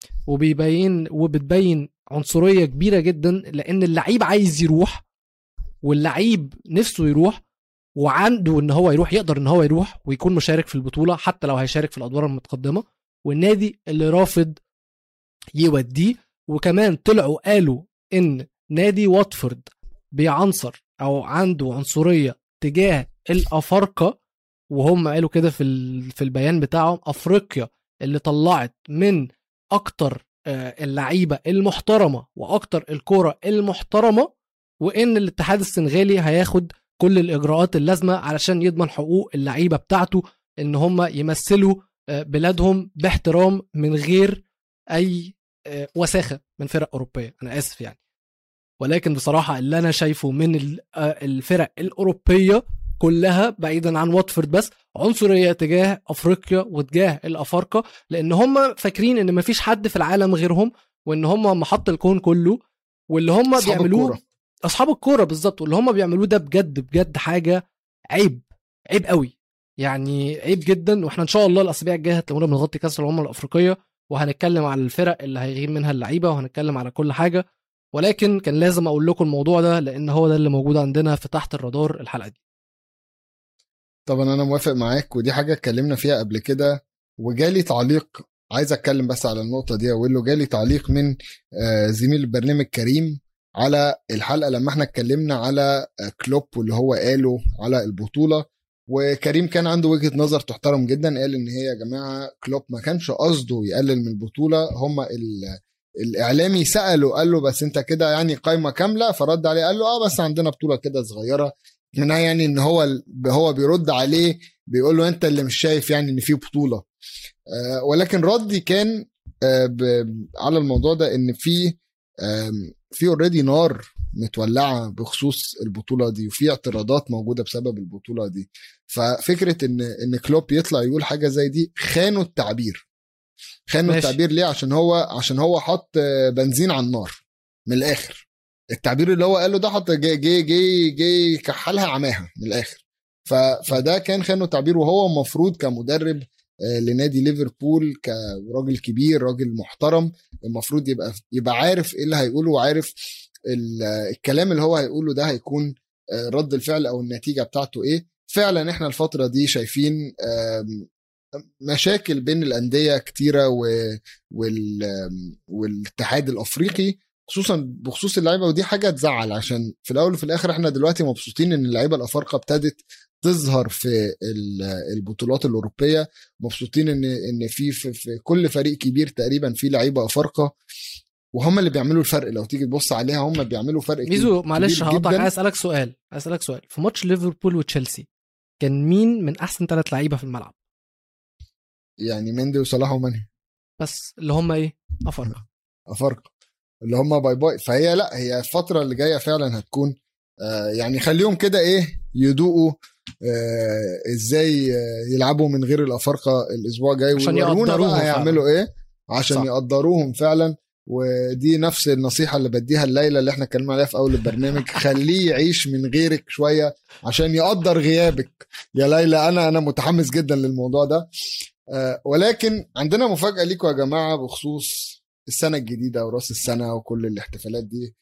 وبتبين عنصريه كبيره جدا، لان اللعيب عايز يروح واللعيب نفسه يروح وعنده ان هو يروح، يقدر ان هو يروح ويكون مشارك في البطوله حتى لو هيشارك في الادوار المتقدمه، والنادي اللي رافض يوديه. وكمان طلعوا قالوا ان نادي واتفورد بيعنصر او عنده عنصريه تجاه الافارقه، وهم قالوا كده في البيان بتاعهم افريقيا اللي طلعت من اكتر اللعيبه المحترمه واكتر الكوره المحترمه، وان الاتحاد السنغالي هياخد كل الاجراءات اللازمه علشان يضمن حقوق اللعيبه بتاعته ان هم يمثلوا بلادهم باحترام من غير اي وساخه من فرق اوروبيه. انا اسف يعني، ولكن بصراحه اللي انا شايفه من الفرق الاوروبيه كلها بعيدا عن واتفورد بس عنصريه تجاه افريقيا وتجاه الافارقه، لان هم فاكرين ان مفيش حد في العالم غيرهم وان هم محط الكون كله، واللي هم بيعملوه اصحاب الكوره بالظبط، واللي هم بيعملوه ده بجد بجد حاجه عيب قوي يعني، عيب جدا. واحنا ان شاء الله الاسابيع الجايه هتلاقونا بنغطي كاس الامم الافريقيه وهنتكلم على الفرق اللي هيغيب منها اللعيبه وهنتكلم على كل حاجه، ولكن كان لازم اقول لكم الموضوع ده لان هو ده اللي موجود عندنا في تحت الرادار الحلقه دي. طبعا انا موافق معاك، ودي حاجه اتكلمنا فيها قبل كده، وجالي تعليق عايز اتكلم بس على النقطه دي، واقول له جالي تعليق من زميل البرنامج كريم على الحلقه لما احنا اتكلمنا على كلوب واللي هو قاله على البطوله. وكريم كان عنده وجهه نظر تحترم جدا، قال ان هي يا جماعه كلوب ما كانش قصده يقلل من البطوله، هم الاعلامي ساله قال له بس انت كده يعني قايمه كامله، فرد عليه قال له بس عندنا بطوله كده صغيره، منها يعني ان هو بيرد عليه بيقول له انت اللي مش شايف يعني ان في بطوله. ولكن ردي كان على الموضوع ده ان في اوريدي نار متولعه بخصوص البطوله دي، وفي اعتراضات موجوده بسبب البطوله دي. ففكره ان كلوب يطلع يقول حاجه زي دي خانوا التعبير. التعبير ليه؟ عشان هو حط بنزين على النار من الاخر. التعبير اللي هو قاله ده حط جي كحلها عماها من الاخر. فده كان خانوا تعبير، وهو المفروض كمدرب لنادي ليفربول كراجل كبير راجل محترم المفروض يبقى عارف ايه اللي هيقوله، وعارف الكلام اللي هو هيقوله ده هيكون رد الفعل او النتيجة بتاعته ايه. فعلا احنا الفترة دي شايفين مشاكل بين الأندية كتيرة والاتحاد الأفريقي خصوصا بخصوص اللعيبة، ودي حاجة تزعل، عشان في الأول وفي الآخر احنا دلوقتي مبسوطين ان اللعيبة الأفارقة ابتدت تظهر في البطولات الأوروبية، مبسوطين ان في كل فريق كبير تقريبا في لعيبة أفارقة، وهم اللي بيعملوا الفرق. لو تيجي تبص عليها هم بيعملوا فرق ميزو معلش هقطعك، عايز اسالك سؤال في ماتش ليفربول وتشيلسي كان مين من احسن 3 لعيبه في الملعب؟ يعني مندي وصلاح وماني بس اللي هم ايه؟ افارقه اللي هم باي. فهي لا هي الفتره اللي جايه فعلا هتكون يعني خليهم كده ايه يدوقوا ازاي يلعبوا من غير الافارقه الاسبوع الجاي، ويورونا بقى هيعملوا ايه عشان يقدروهم فعلا. ودي نفس النصيحة اللي بديها الليلة اللي احنا اتكلمنا عليها في أول البرنامج، خليه يعيش من غيرك شوية عشان يقدر غيابك يا ليلى. أنا متحمس جدا للموضوع ده. ولكن عندنا مفاجأة ليكم يا جماعة بخصوص السنة الجديدة وراس السنة وكل الاحتفالات دي.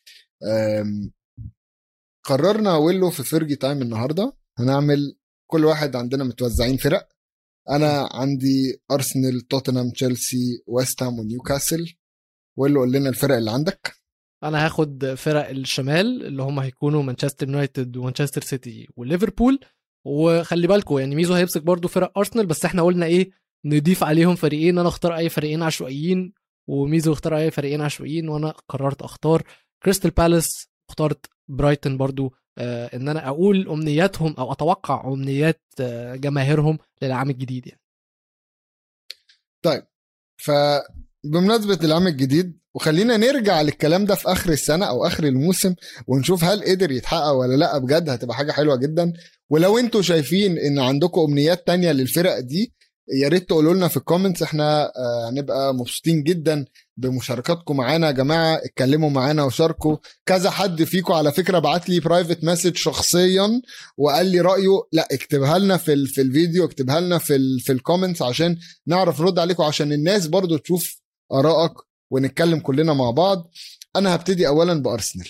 قررنا ويلو في فيرجي تايم النهاردة هنعمل كل واحد عندنا متوزعين فرق. أنا عندي أرسنال، توتنهام، تشيلسي، ويست هام ونيوكاسل. ويلو قول لنا الفرق اللي عندك. انا هاخد فرق الشمال اللي هم هيكونوا مانشستر يونايتد ومانشستر سيتي وليفربول. وخلي بالكم يعني ميزو هيمسك برضو فرق ارسنال، بس احنا قلنا ايه نضيف عليهم فريقين. انا اختار اي فريقين عشوائيين وميزو اختار اي فريقين عشوائيين، وانا قررت اختار كريستال بالاس، اخترت برايتون برضو. ان انا اقول امنياتهم او اتوقع امنيات جماهيرهم للعام الجديد يعني. طيب فبمناسبة العام الجديد وخلينا نرجع للكلام ده في اخر السنة او اخر الموسم ونشوف هل قدر يتحقق ولا لا. بجد هتبقى حاجة حلوة جدا. ولو انتوا شايفين ان عندكم امنيات تانية للفرق دي يا ريت تقولوا لنا في الكومنتس. احنا هنبقى مبسوطين جدا بمشاركاتكم معانا يا جماعه. اتكلموا معانا وشاركوا. كذا حد فيكم على فكره بعت لي برايفت مسج شخصيا وقال لي رايه. لا اكتبها لنا في الفيديو، اكتبها لنا في الكومنتس عشان نعرف نرد عليكم، عشان الناس برضو تشوف ارائك ونتكلم كلنا مع بعض. انا هبتدي اولا بارسنال.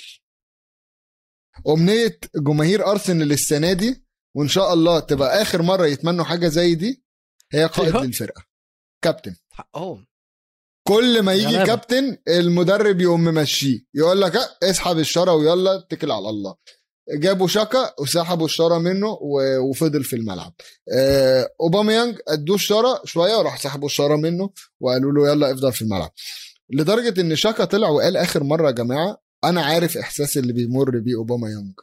امنيه جماهير ارسنال السنه دي وان شاء الله تبقى اخر مره يتمنوا حاجه زي دي، هي قائد للفرقه، كابتن. حقهم. كل ما يجي كابتن المدرب يقوم ممشيه، يقول لك اسحب الشاره ويلا اتكل على الله. جابوا شاكا وسحبوا الشاره منه وفضل في الملعب. اوباميانج ادوه الشاره شويه وراح سحبوا الشاره منه وقالوا له يلا افضل في الملعب. لدرجه ان شاكا طلع وقال اخر مره يا جماعه انا عارف احساس اللي بيمر بيه اوباميانج.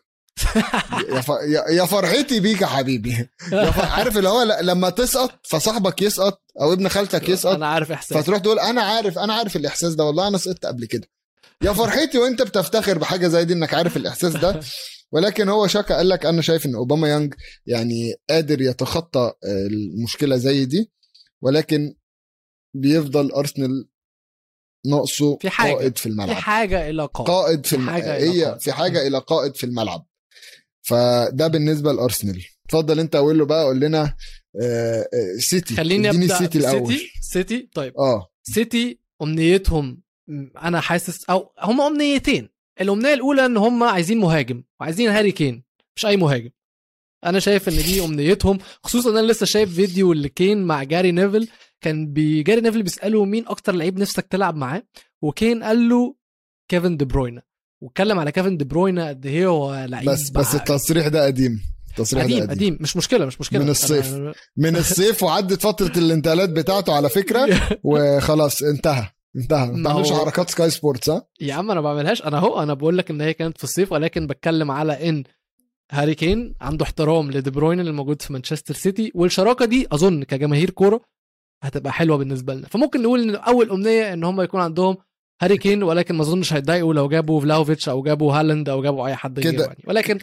يا فرحتي بيك يا حبيبي. عارف اللي هو لما تسقط فصاحبك يسقط او ابن خالتك يسقط، انا عارف احساس، فتروح تقول انا عارف الاحساس ده، والله انا سقطت قبل كده. يا فرحتي وانت بتفتخر بحاجه زي دي انك عارف الاحساس ده. ولكن هو شاكا قال لك انا شايف ان اوباما يانج يعني قادر يتخطى المشكله زي دي، ولكن بيفضل ارسنال ناقصه في حاجة قائد في الملعب. في حاجه الى قائد في في حاجه الى قائد في الملعب. فده بالنسبه لارسنال. اتفضل انت اقول له بقى، قول لنا سيتي. خليني ابدا سيتي الاول. سيتي طيب. سيتي امنيتهم انا حاسس او هم امنيتين. الامنيه الاولى ان هم عايزين مهاجم وعايزين هاري كين، مش اي مهاجم. انا شايف ان دي امنيتهم، خصوصا ان انا لسه شايف فيديو لكين مع جاري نيفل. كان جاري نيفل بيساله مين اكتر لعيب نفسك تلعب معاه، وكين قال له كيفن دي بروينا، واتكلم على كيفن دي بروينا قد ايه هو لعيب. بس التصريح ده قديم. قديم مش مشكله من الصيف من الصيف وعدت فتره الانتقالات بتاعته على فكره وخلاص انتهى. ما تعملش حركات سكاي سبورتس. يا عم انا بعملهاش. انا بقول لك ان هي كانت في الصيف، ولكن بتكلم على ان هاري كين عنده احترام لدي بروين اللي موجود في مانشستر سيتي، والشراكه دي اظن كجماهير كوره هتبقى حلوه بالنسبه لنا. فممكن نقول ان اول امنيه ان هم يكون عندهم هاري كين، ولكن ما اظنش هيتضايقوا لو جابوا فلاوفيتش او جابوا هالاند او جابوا اي حد غيره يعني. ولكن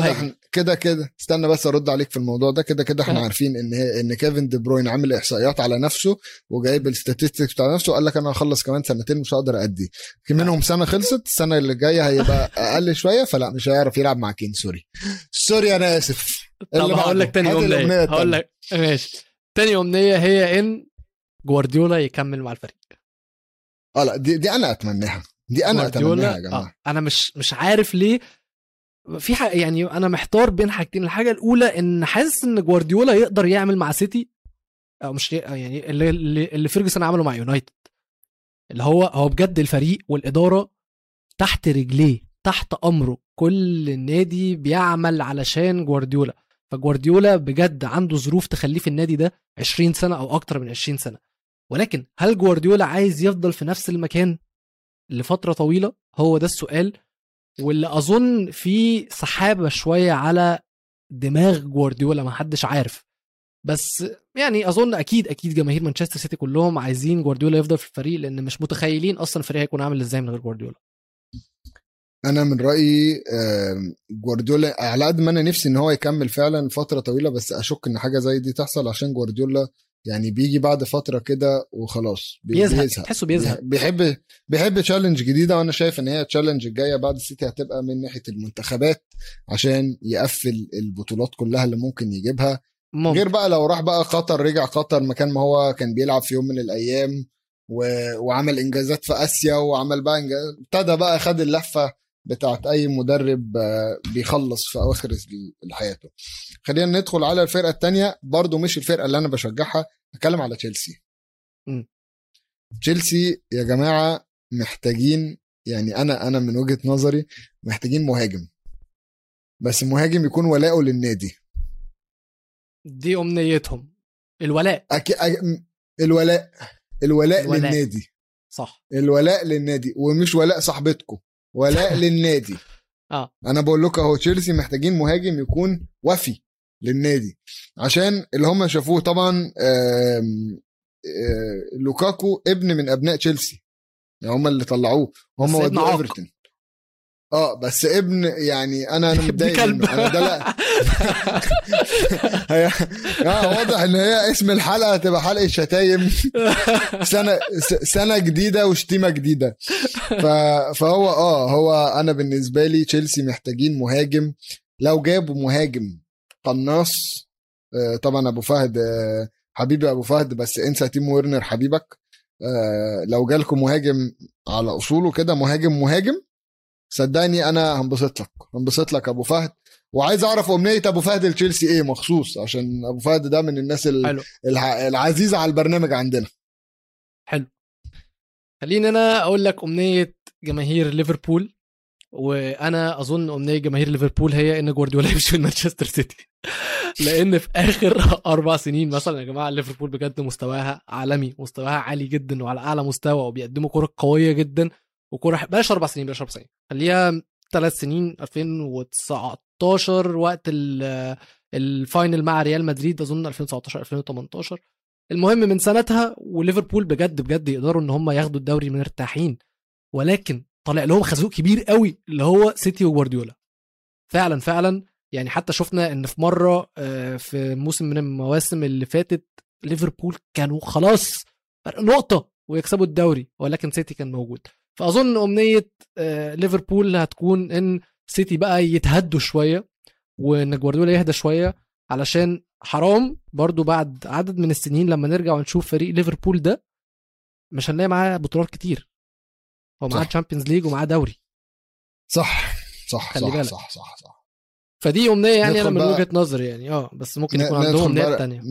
كده استنى بس ارد عليك في الموضوع ده. كده احنا عارفين ان كيفن دي بروين عامل احصائيات على نفسه وجايب الستاتستكس بتاع نفسه وقال لك انا هخلص كمان سنتين مش هقدر ادي. منهم سنه خلصت، السنه اللي جايه هيبقى اقل شويه، فلا مش هيعرف يلعب مع كين. سوري انا اسف. طب هقول لك تاني امنيه. هقول لك ماشي. تاني امنيه هي ان جوارديولا يكمل مع الفريق. لا دي انا اتمناها. اتمناها يا جماعه. انا مش عارف ليه. في يعني انا محتار بين حاجتين. الحاجه الاولى ان حاسس ان جوارديولا يقدر يعمل مع سيتي، او مش يعني اللي فيرجسون عمله مع يونايتد، اللي هو بجد الفريق والاداره تحت رجليه، تحت امره. كل النادي بيعمل علشان جوارديولا. فجوارديولا بجد عنده ظروف تخليه في النادي ده 20 سنه او اكتر من 20 سنه. ولكن هل جوارديولا عايز يفضل في نفس المكان لفتره طويله؟ هو ده السؤال، واللي اظن في سحابه شويه على دماغ جوارديولا، ما حدش عارف. بس يعني اظن اكيد جماهير مانشستر سيتي كلهم عايزين جوارديولا يفضل في الفريق، لان مش متخيلين اصلا الفريق هيكون عامل ازاي من غير جوارديولا. انا من رايي جوارديولا على قد ما انا نفسي ان هو يكمل فعلا فتره طويله، بس اشك ان حاجه زي دي تحصل عشان جوارديولا يعني بيجي بعد فتره كده وخلاص بيزهق. تحسه بيزهق. بيحب تشالنج جديده. وانا شايف ان هي تشالنج الجايه بعد السيتي هتبقى من ناحيه المنتخبات عشان يقفل البطولات كلها اللي ممكن يجيبها. غير بقى لو راح بقى قطر، رجع قطر مكان ما هو كان بيلعب في يوم من الايام وعمل انجازات في اسيا، وعمل بقى ابتدى بقى خد اللفه بتاعت اي مدرب بيخلص في اواخر حياته. خلينا ندخل على الفرقه الثانيه، برضو مش الفرقه اللي انا بشجعها، اتكلم على تشيلسي. تشيلسي يا جماعه محتاجين، يعني انا من وجهه نظري محتاجين مهاجم، بس مهاجم يكون ولاؤه للنادي. دي امنيتهم، الولاء. الولاء للنادي، صح، الولاء للنادي، ومش ولاء صاحبتكم، ولاء للنادي. انا بقول لكم اهو تشيلسي محتاجين مهاجم يكون وفي للنادي، عشان اللي هم شافوه طبعا. لوكاكو ابن من ابناء تشيلسي، يعني هم اللي طلعوه، هم ودوه ايفرتون. بس ابن، يعني انا متضايق منه انا ده. لا واضح ان هي اسم الحلقه هتبقى حلقه شتايم. سنه جديده وشتيمه جديده. فهو هو انا بالنسبه لي تشيلسي محتاجين مهاجم. لو جابوا مهاجم قناص، طبعا ابو فهد حبيبي ابو فهد، بس انسى تيمو ويرنر حبيبك. لو جالكم مهاجم على اصوله كده، مهاجم صدقني انا هنبسط لك ابو فهد. وعايز اعرف امنيه ابو فهد لتشيلسي ايه مخصوص، عشان ابو فهد ده من الناس العزيزه على البرنامج عندنا. حلو، خليني انا اقول لك امنيه جماهير ليفربول. وانا اظن امنيه جماهير ليفربول هي ان جوارديولا يمشي من مانشستر سيتي. لان في اخر 4 سنين مثلا يا جماعه ليفربول بجد مستواها عالمي، مستواها عالي جدا وعلى اعلى مستوى، وبيقدموا كره قويه جدا وكره. بلاش 4 سنين، بلاش 4 سنين، خليها 3 سنين. 2019 وقت الفاينل مع ريال مدريد، اظن 2019 2018. المهم من سنتها وليفربول بجد يقدروا ان هم ياخدوا الدوري مرتاحين. ولكن طلع لهم خازوق كبير قوي اللي هو سيتي وجوارديولا. فعلا يعني حتى شفنا ان في مره في موسم من المواسم اللي فاتت ليفربول كانوا خلاص نقطه ويكسبوا الدوري، ولكن سيتي كان موجود. فاظن امنيه ليفربول هتكون ان سيتي بقى يتهدوا شويه، وان جوارديولا يهدى شويه، علشان حرام برضو بعد عدد من السنين لما نرجع ونشوف فريق ليفربول ده مش هنلاقي معاه بطولات كتير. هو معاه تشامبيونز ليج ومعاه دوري. صح. فدي امنيه يعني انا من وجهه نظري يعني بس ممكن يكون عندهم امنيات تانية.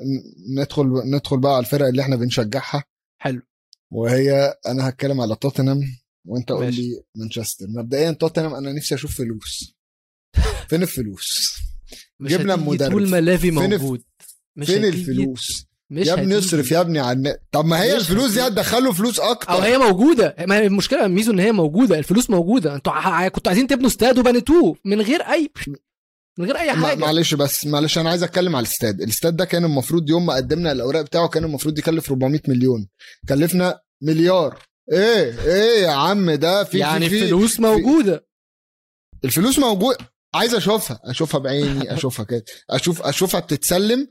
ندخل بقى على الفرق اللي احنا بنشجعها. حلو. وهي انا هتكلم على توتنهام وانت قول لي مانشستر. مبدئيا توتنهام انا نفسي اشوف فلوس. فين الفلوس؟ جبنا مدرب، طول ما لافي موجود. فين الفلوس يا ابني؟ نصرف يا ابني على طب ما هي الفلوس دي هتدخله فلوس اكتر. او هي موجوده، ما هي المشكله ميزو ان هي موجوده، الفلوس موجوده. انتوا كنتوا عايزين تبنوا استاد وبنيتوه من غير اي حاجه. معلش انا عايز اتكلم على الاستاد ده. كان المفروض يوم ما قدمنا الاوراق بتاعه كان المفروض يكلف 400 مليون، كلفنا مليار. ايه يا عم ده في يعني الفلوس موجوده. الفلوس موجوده، عايز اشوفها بعيني، اشوفها كده، اشوفها بتتسلم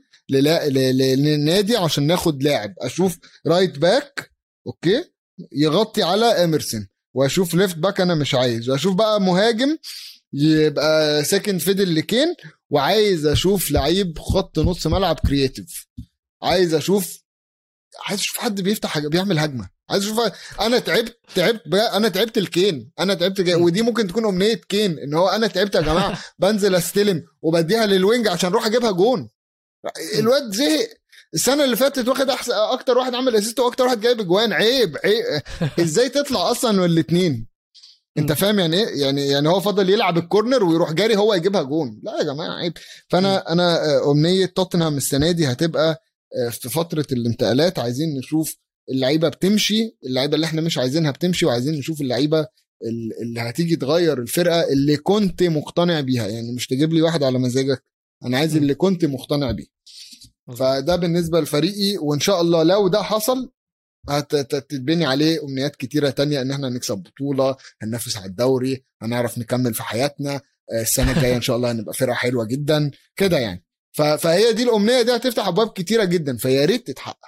للنادي عشان ناخد لاعب. اشوف رايت باك اوكي يغطي على اميرسون، واشوف ليفت باك انا مش عايز، واشوف بقى مهاجم يبقى سكند فيدل لكين، وعايز اشوف لعيب خط نص ملعب كرياتيف. عايز اشوف حد بيفتح بيعمل هجمه. عايز اشوف. انا تعبت الكين، ودي ممكن تكون امنيه كين، ان هو انا تعبت يا جماعه. بنزل استلم وبديها للوينج عشان اروح اجيبها جون. الواد زهق. السنه اللي فاتت واخد اكتر واحد عمل اسيست واكتر واحد جايب اجوان. عيب ازاي تطلع اصلا والاثنين؟ انت فاهم يعني ايه؟ يعني هو فضل يلعب الكورنر ويروح جاري هو يجيبها جون. لا يا جماعه عيب. فانا امنيه توتنهام السنه دي هتبقى في فتره الانتقالات. عايزين نشوف اللعيبه بتمشي، اللعيبه اللي احنا مش عايزينها بتمشي، وعايزين نشوف اللعيبه اللي هتيجي تغير الفرقه اللي كنت مقتنع بيها. يعني مش تجيب لي واحد على مزاجك، انا عايز اللي كنت مقتنع بيه. فده بالنسبه لفريقي، وان شاء الله لو ده حصل هتتبني عليه امنيات كتيره تانية، ان احنا نكسب بطوله، هننافس على الدوري، هنعرف نكمل في حياتنا. السنه الجايه ان شاء الله هنبقى فرقه حلوه جدا كده يعني. فهي دي الامنيه دي هتفتح ابواب كتيره جدا، فيا ريت تتحقق.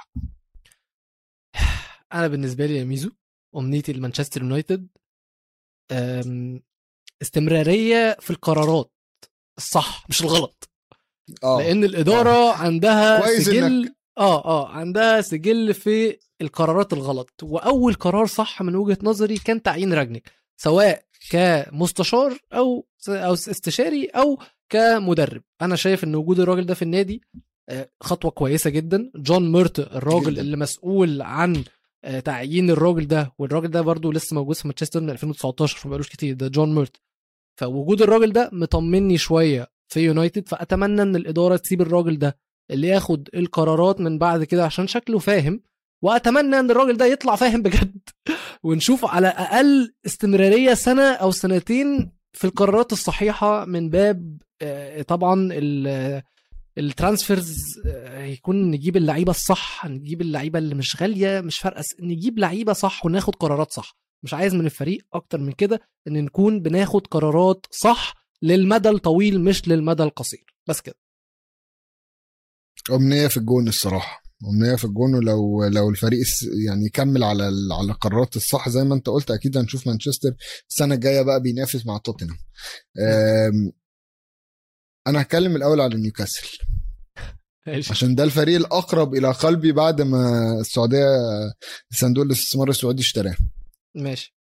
انا بالنسبه لي يا ميزو امنيتي لمانشستر يونايتد استمراريه في القرارات الصح مش الغلط. لان الاداره عندها كويس سجل عندها سجل في القرارات الغلط. واول قرار صح من وجهة نظري كان تعيين راجنيك، سواء كمستشار او استشاري او كمدرب. انا شايف ان وجود الراجل ده في النادي خطوه كويسه جدا. جون ميرت الراجل جداً. اللي مسؤول عن تعيين الراجل ده، والراجل ده برضو لسه موجود في مانشستر من 2019 فما بقالوش كتير، ده جون ميرت. فوجود الراجل ده مطمني شويه في يونايتد، فاتمنى ان الاداره تسيب الراجل ده اللي ياخد القرارات من بعد كده عشان شكله فاهم، واتمنى ان الراجل ده يطلع فاهم بجد ونشوف على اقل استمراريه سنه او سنتين في القرارات الصحيحه من باب طبعا الترانسفيرز، يكون نجيب اللعيبه الصح، نجيب اللعيبه اللي مش غاليه، مش فارقه، نجيب لعيبه صح وناخد قرارات صح. مش عايز من الفريق اكتر من كده، ان نكون بناخد قرارات صح للمدى الطويل مش للمدى القصير بس كده. أمنية في الجون الصراحة، أمنية في الجون. ولو الفريق يعني يكمل على القرارات الصح زي ما انت قلت، اكيد هنشوف مانشستر السنة الجاية بقى بينافس مع توتنهام. انا هتكلم الاول على نيوكاسل عشان ده الفريق الاقرب الى قلبي بعد ما السعودية صندوق الاستثمار السعودي اشتراه. ماشي.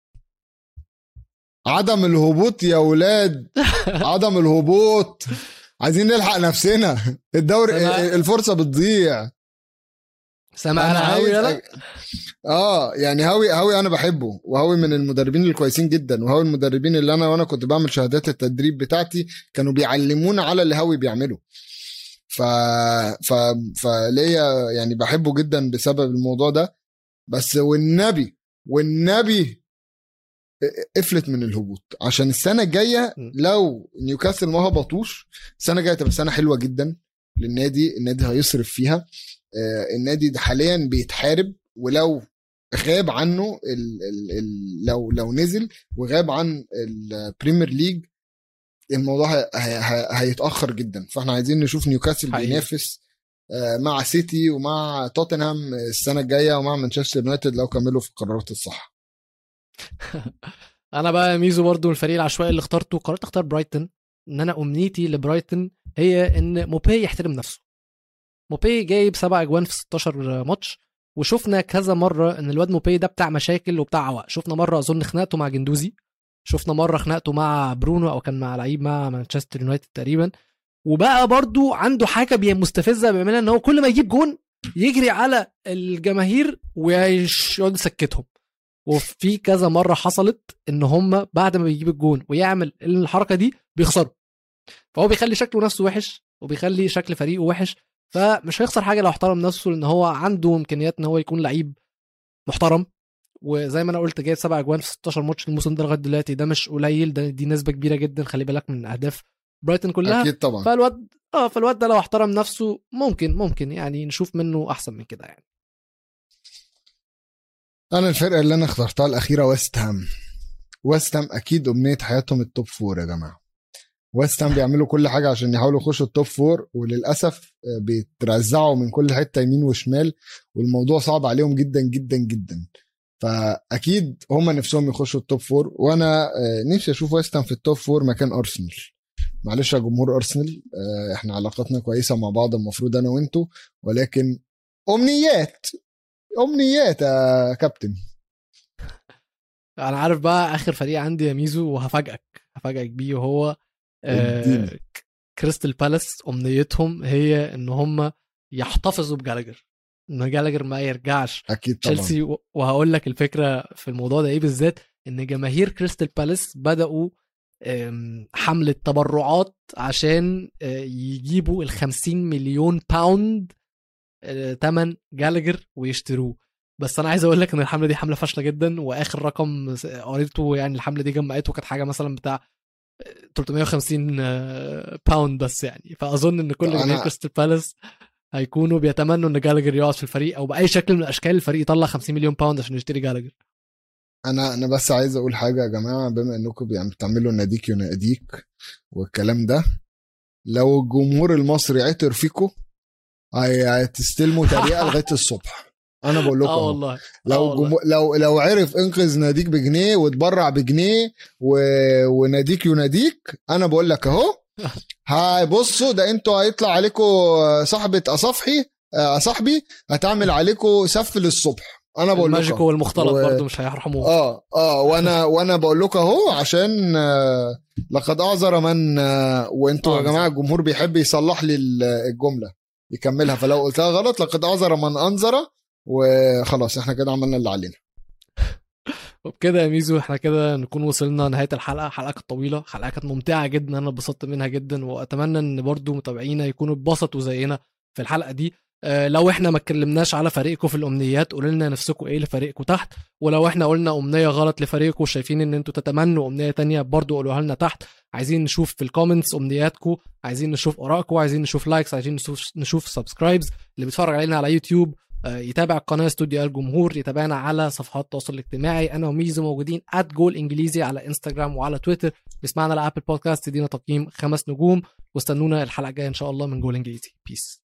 عدم الهبوط يا ولاد، عدم الهبوط، عايزين نلحق نفسنا، الدوري الفرصة بتضيع. سامع انا هاوي يعني هاوي انا بحبه، وهاوي من المدربين الكويسين جدا، وهاوي المدربين اللي وانا كنت بعمل شهادات التدريب بتاعتي كانوا بيعلمونا على اللي هاوي بيعمله. فليا يعني بحبه جدا بسبب الموضوع ده. بس والنبي قفلت من الهبوط، عشان السنة الجاية لو نيوكاسل ما هبطوش السنة الجاية تبقى سنة حلوة جدا للنادي. النادي هيصرف فيها، النادي حاليا بيتحارب، ولو غاب عنه لو نزل وغاب عن البريمير ليج الموضوع هيتأخر جدا. فاحنا عايزين نشوف نيوكاسل بينافس مع سيتي ومع توتنهام السنة الجاية ومع مانشستر يونايتد لو كملوا في القرارات الصح. انا بقى ميزو برضو الفريق العشوائي اللي اخترته، قررت اختار برايتون. ان انا امنيتي لبرايتون هي ان موبي يحترم نفسه. موبي جايب 7 اجوان في 16 ماتش، وشفنا كذا مره ان الواد موبي ده بتاع مشاكل وبتاع عوق. شفنا مره اظن خناقته مع جندوزي، شفنا مره خناقته مع برونو او كان مع لعيب مع مانشستر يونايتد تقريبا. وبقى برضو عنده حاجه مستفزه بيعملها، ان هو كل ما يجيب جون يجري على الجماهير ويقعد يسكتهم. وفي كذا مره حصلت ان هم بعد ما بيجيب الجون ويعمل الحركه دي بيخسروا، فهو بيخلي شكله نفسه وحش وبيخلي شكل فريقه وحش. فمش هيخسر حاجه لو احترم نفسه، لان هو عنده امكانيات ان هو يكون لعيب محترم. وزي ما انا قلت جايب 7 اجوان في 16 ماتش الموسم ده لغايه دلوقتي، ده مش قليل، دي نسبه كبيره جدا. خلي بالك من اهداف برايتون كلها اكيد طبعا. فالواد ده لو احترم نفسه ممكن يعني نشوف منه احسن من كده يعني. انا الفرقه اللي انا اخترتها الاخيره ويست هام اكيد امنيه حياتهم التوب فور يا جماعه. ويست هام بيعملوا كل حاجه عشان يحاولوا يخشوا التوب فور، وللاسف بيترزعوا من كل حته يمين وشمال، والموضوع صعب عليهم جدا جدا جدا. فاكيد هم نفسهم يخشوا التوب فور، وانا نفسي اشوف ويست هام في التوب فور مكان ارسنال. معلش يا جمهور ارسنال، احنا علاقتنا كويسه مع بعض المفروض انا وانتو، ولكن امنيات يا كابتن. انا عارف بقى اخر فريق عندي يا ميزو، وهفاجئك بيه، وهو كريستال بالاس. امنيتهم هي ان هم يحتفظوا بجالاجر، ان جالاجر ما يرجعش اكيد طبعا تشيلسي. وهقول لك الفكره في الموضوع ده ايه بالذات، ان جماهير كريستال بالاس بداوا حمله تبرعات عشان يجيبوا 50 مليون باوند تمن جالاجر ويشتروه. بس انا عايز اقول لك ان الحمله دي حمله فاشله جدا، واخر رقم قريته يعني الحمله دي جمعته كانت حاجه مثلا بتاع 350 باوند بس يعني. فاظن ان كل جماهير كريستال بالاس هيكونوا بيتمنوا ان جالاجر يقعد في الفريق، او باي شكل من الاشكال الفريق يطلع 50 مليون باوند عشان يشتري جالاجر. انا بس عايز اقول حاجه يا جماعه، بما انكم بتعملوا ناديك يناديك والكلام ده، لو الجمهور المصري عطر فيكم هتستلموا تريقه لغايه الصبح. انا بقول لكم والله لو عرف انقذ ناديك بجنيه وتبرع بجنيه وناديك يناديك، انا بقول لك اهو هاي بصوا ده انتوا هيطلع عليكم صاحبة صاحبي هتعمل عليكم سف للصبح. انا بقول لكم الماجيكو والمختلط برضو مش هيرحموه. وانا بقول لكم اهو عشان لقد اعذر من وانتوا يا جماعه الجمهور بيحب يصلح لي الجمله يكملها، فلو قلتها غلط لقد اعذر من انذر، وخلاص احنا كده عملنا اللي علينا. وبكده يا ميزو احنا كده نكون وصلنا نهايه الحلقه. حلقه كانت طويله، حلقه كانت ممتعه جدا، انا اتبسطت منها جدا، واتمنى ان برضو متابعينا يكونوا اتبسطوا زينا في الحلقه دي. لو احنا ما اتكلمناش على فريقكم في الامنيات قولوا لنا نفسكم ايه لفريقكم تحت، ولو احنا قلنا امنيه غلط لفريقكم شايفين ان انتوا تتمنوا امنيه تانية برضو قولوها لنا تحت. عايزين نشوف في الكومنتس امنياتكم، عايزين نشوف ارائكم، عايزين نشوف لايكس، عايزين نشوف سبسكرايبز. اللي بيتفرج علينا على يوتيوب يتابع القناه استوديو الجمهور، يتابعنا على صفحات التواصل الاجتماعي. انا وميزو موجودين @جول_انجليزي على انستغرام وعلى تويتر. بيسمعنا على ابل بودكاست، تدينا تقييم 5 نجوم، واستنونا الحلقه الجايه ان شاء الله من جول انجليزي. بيس.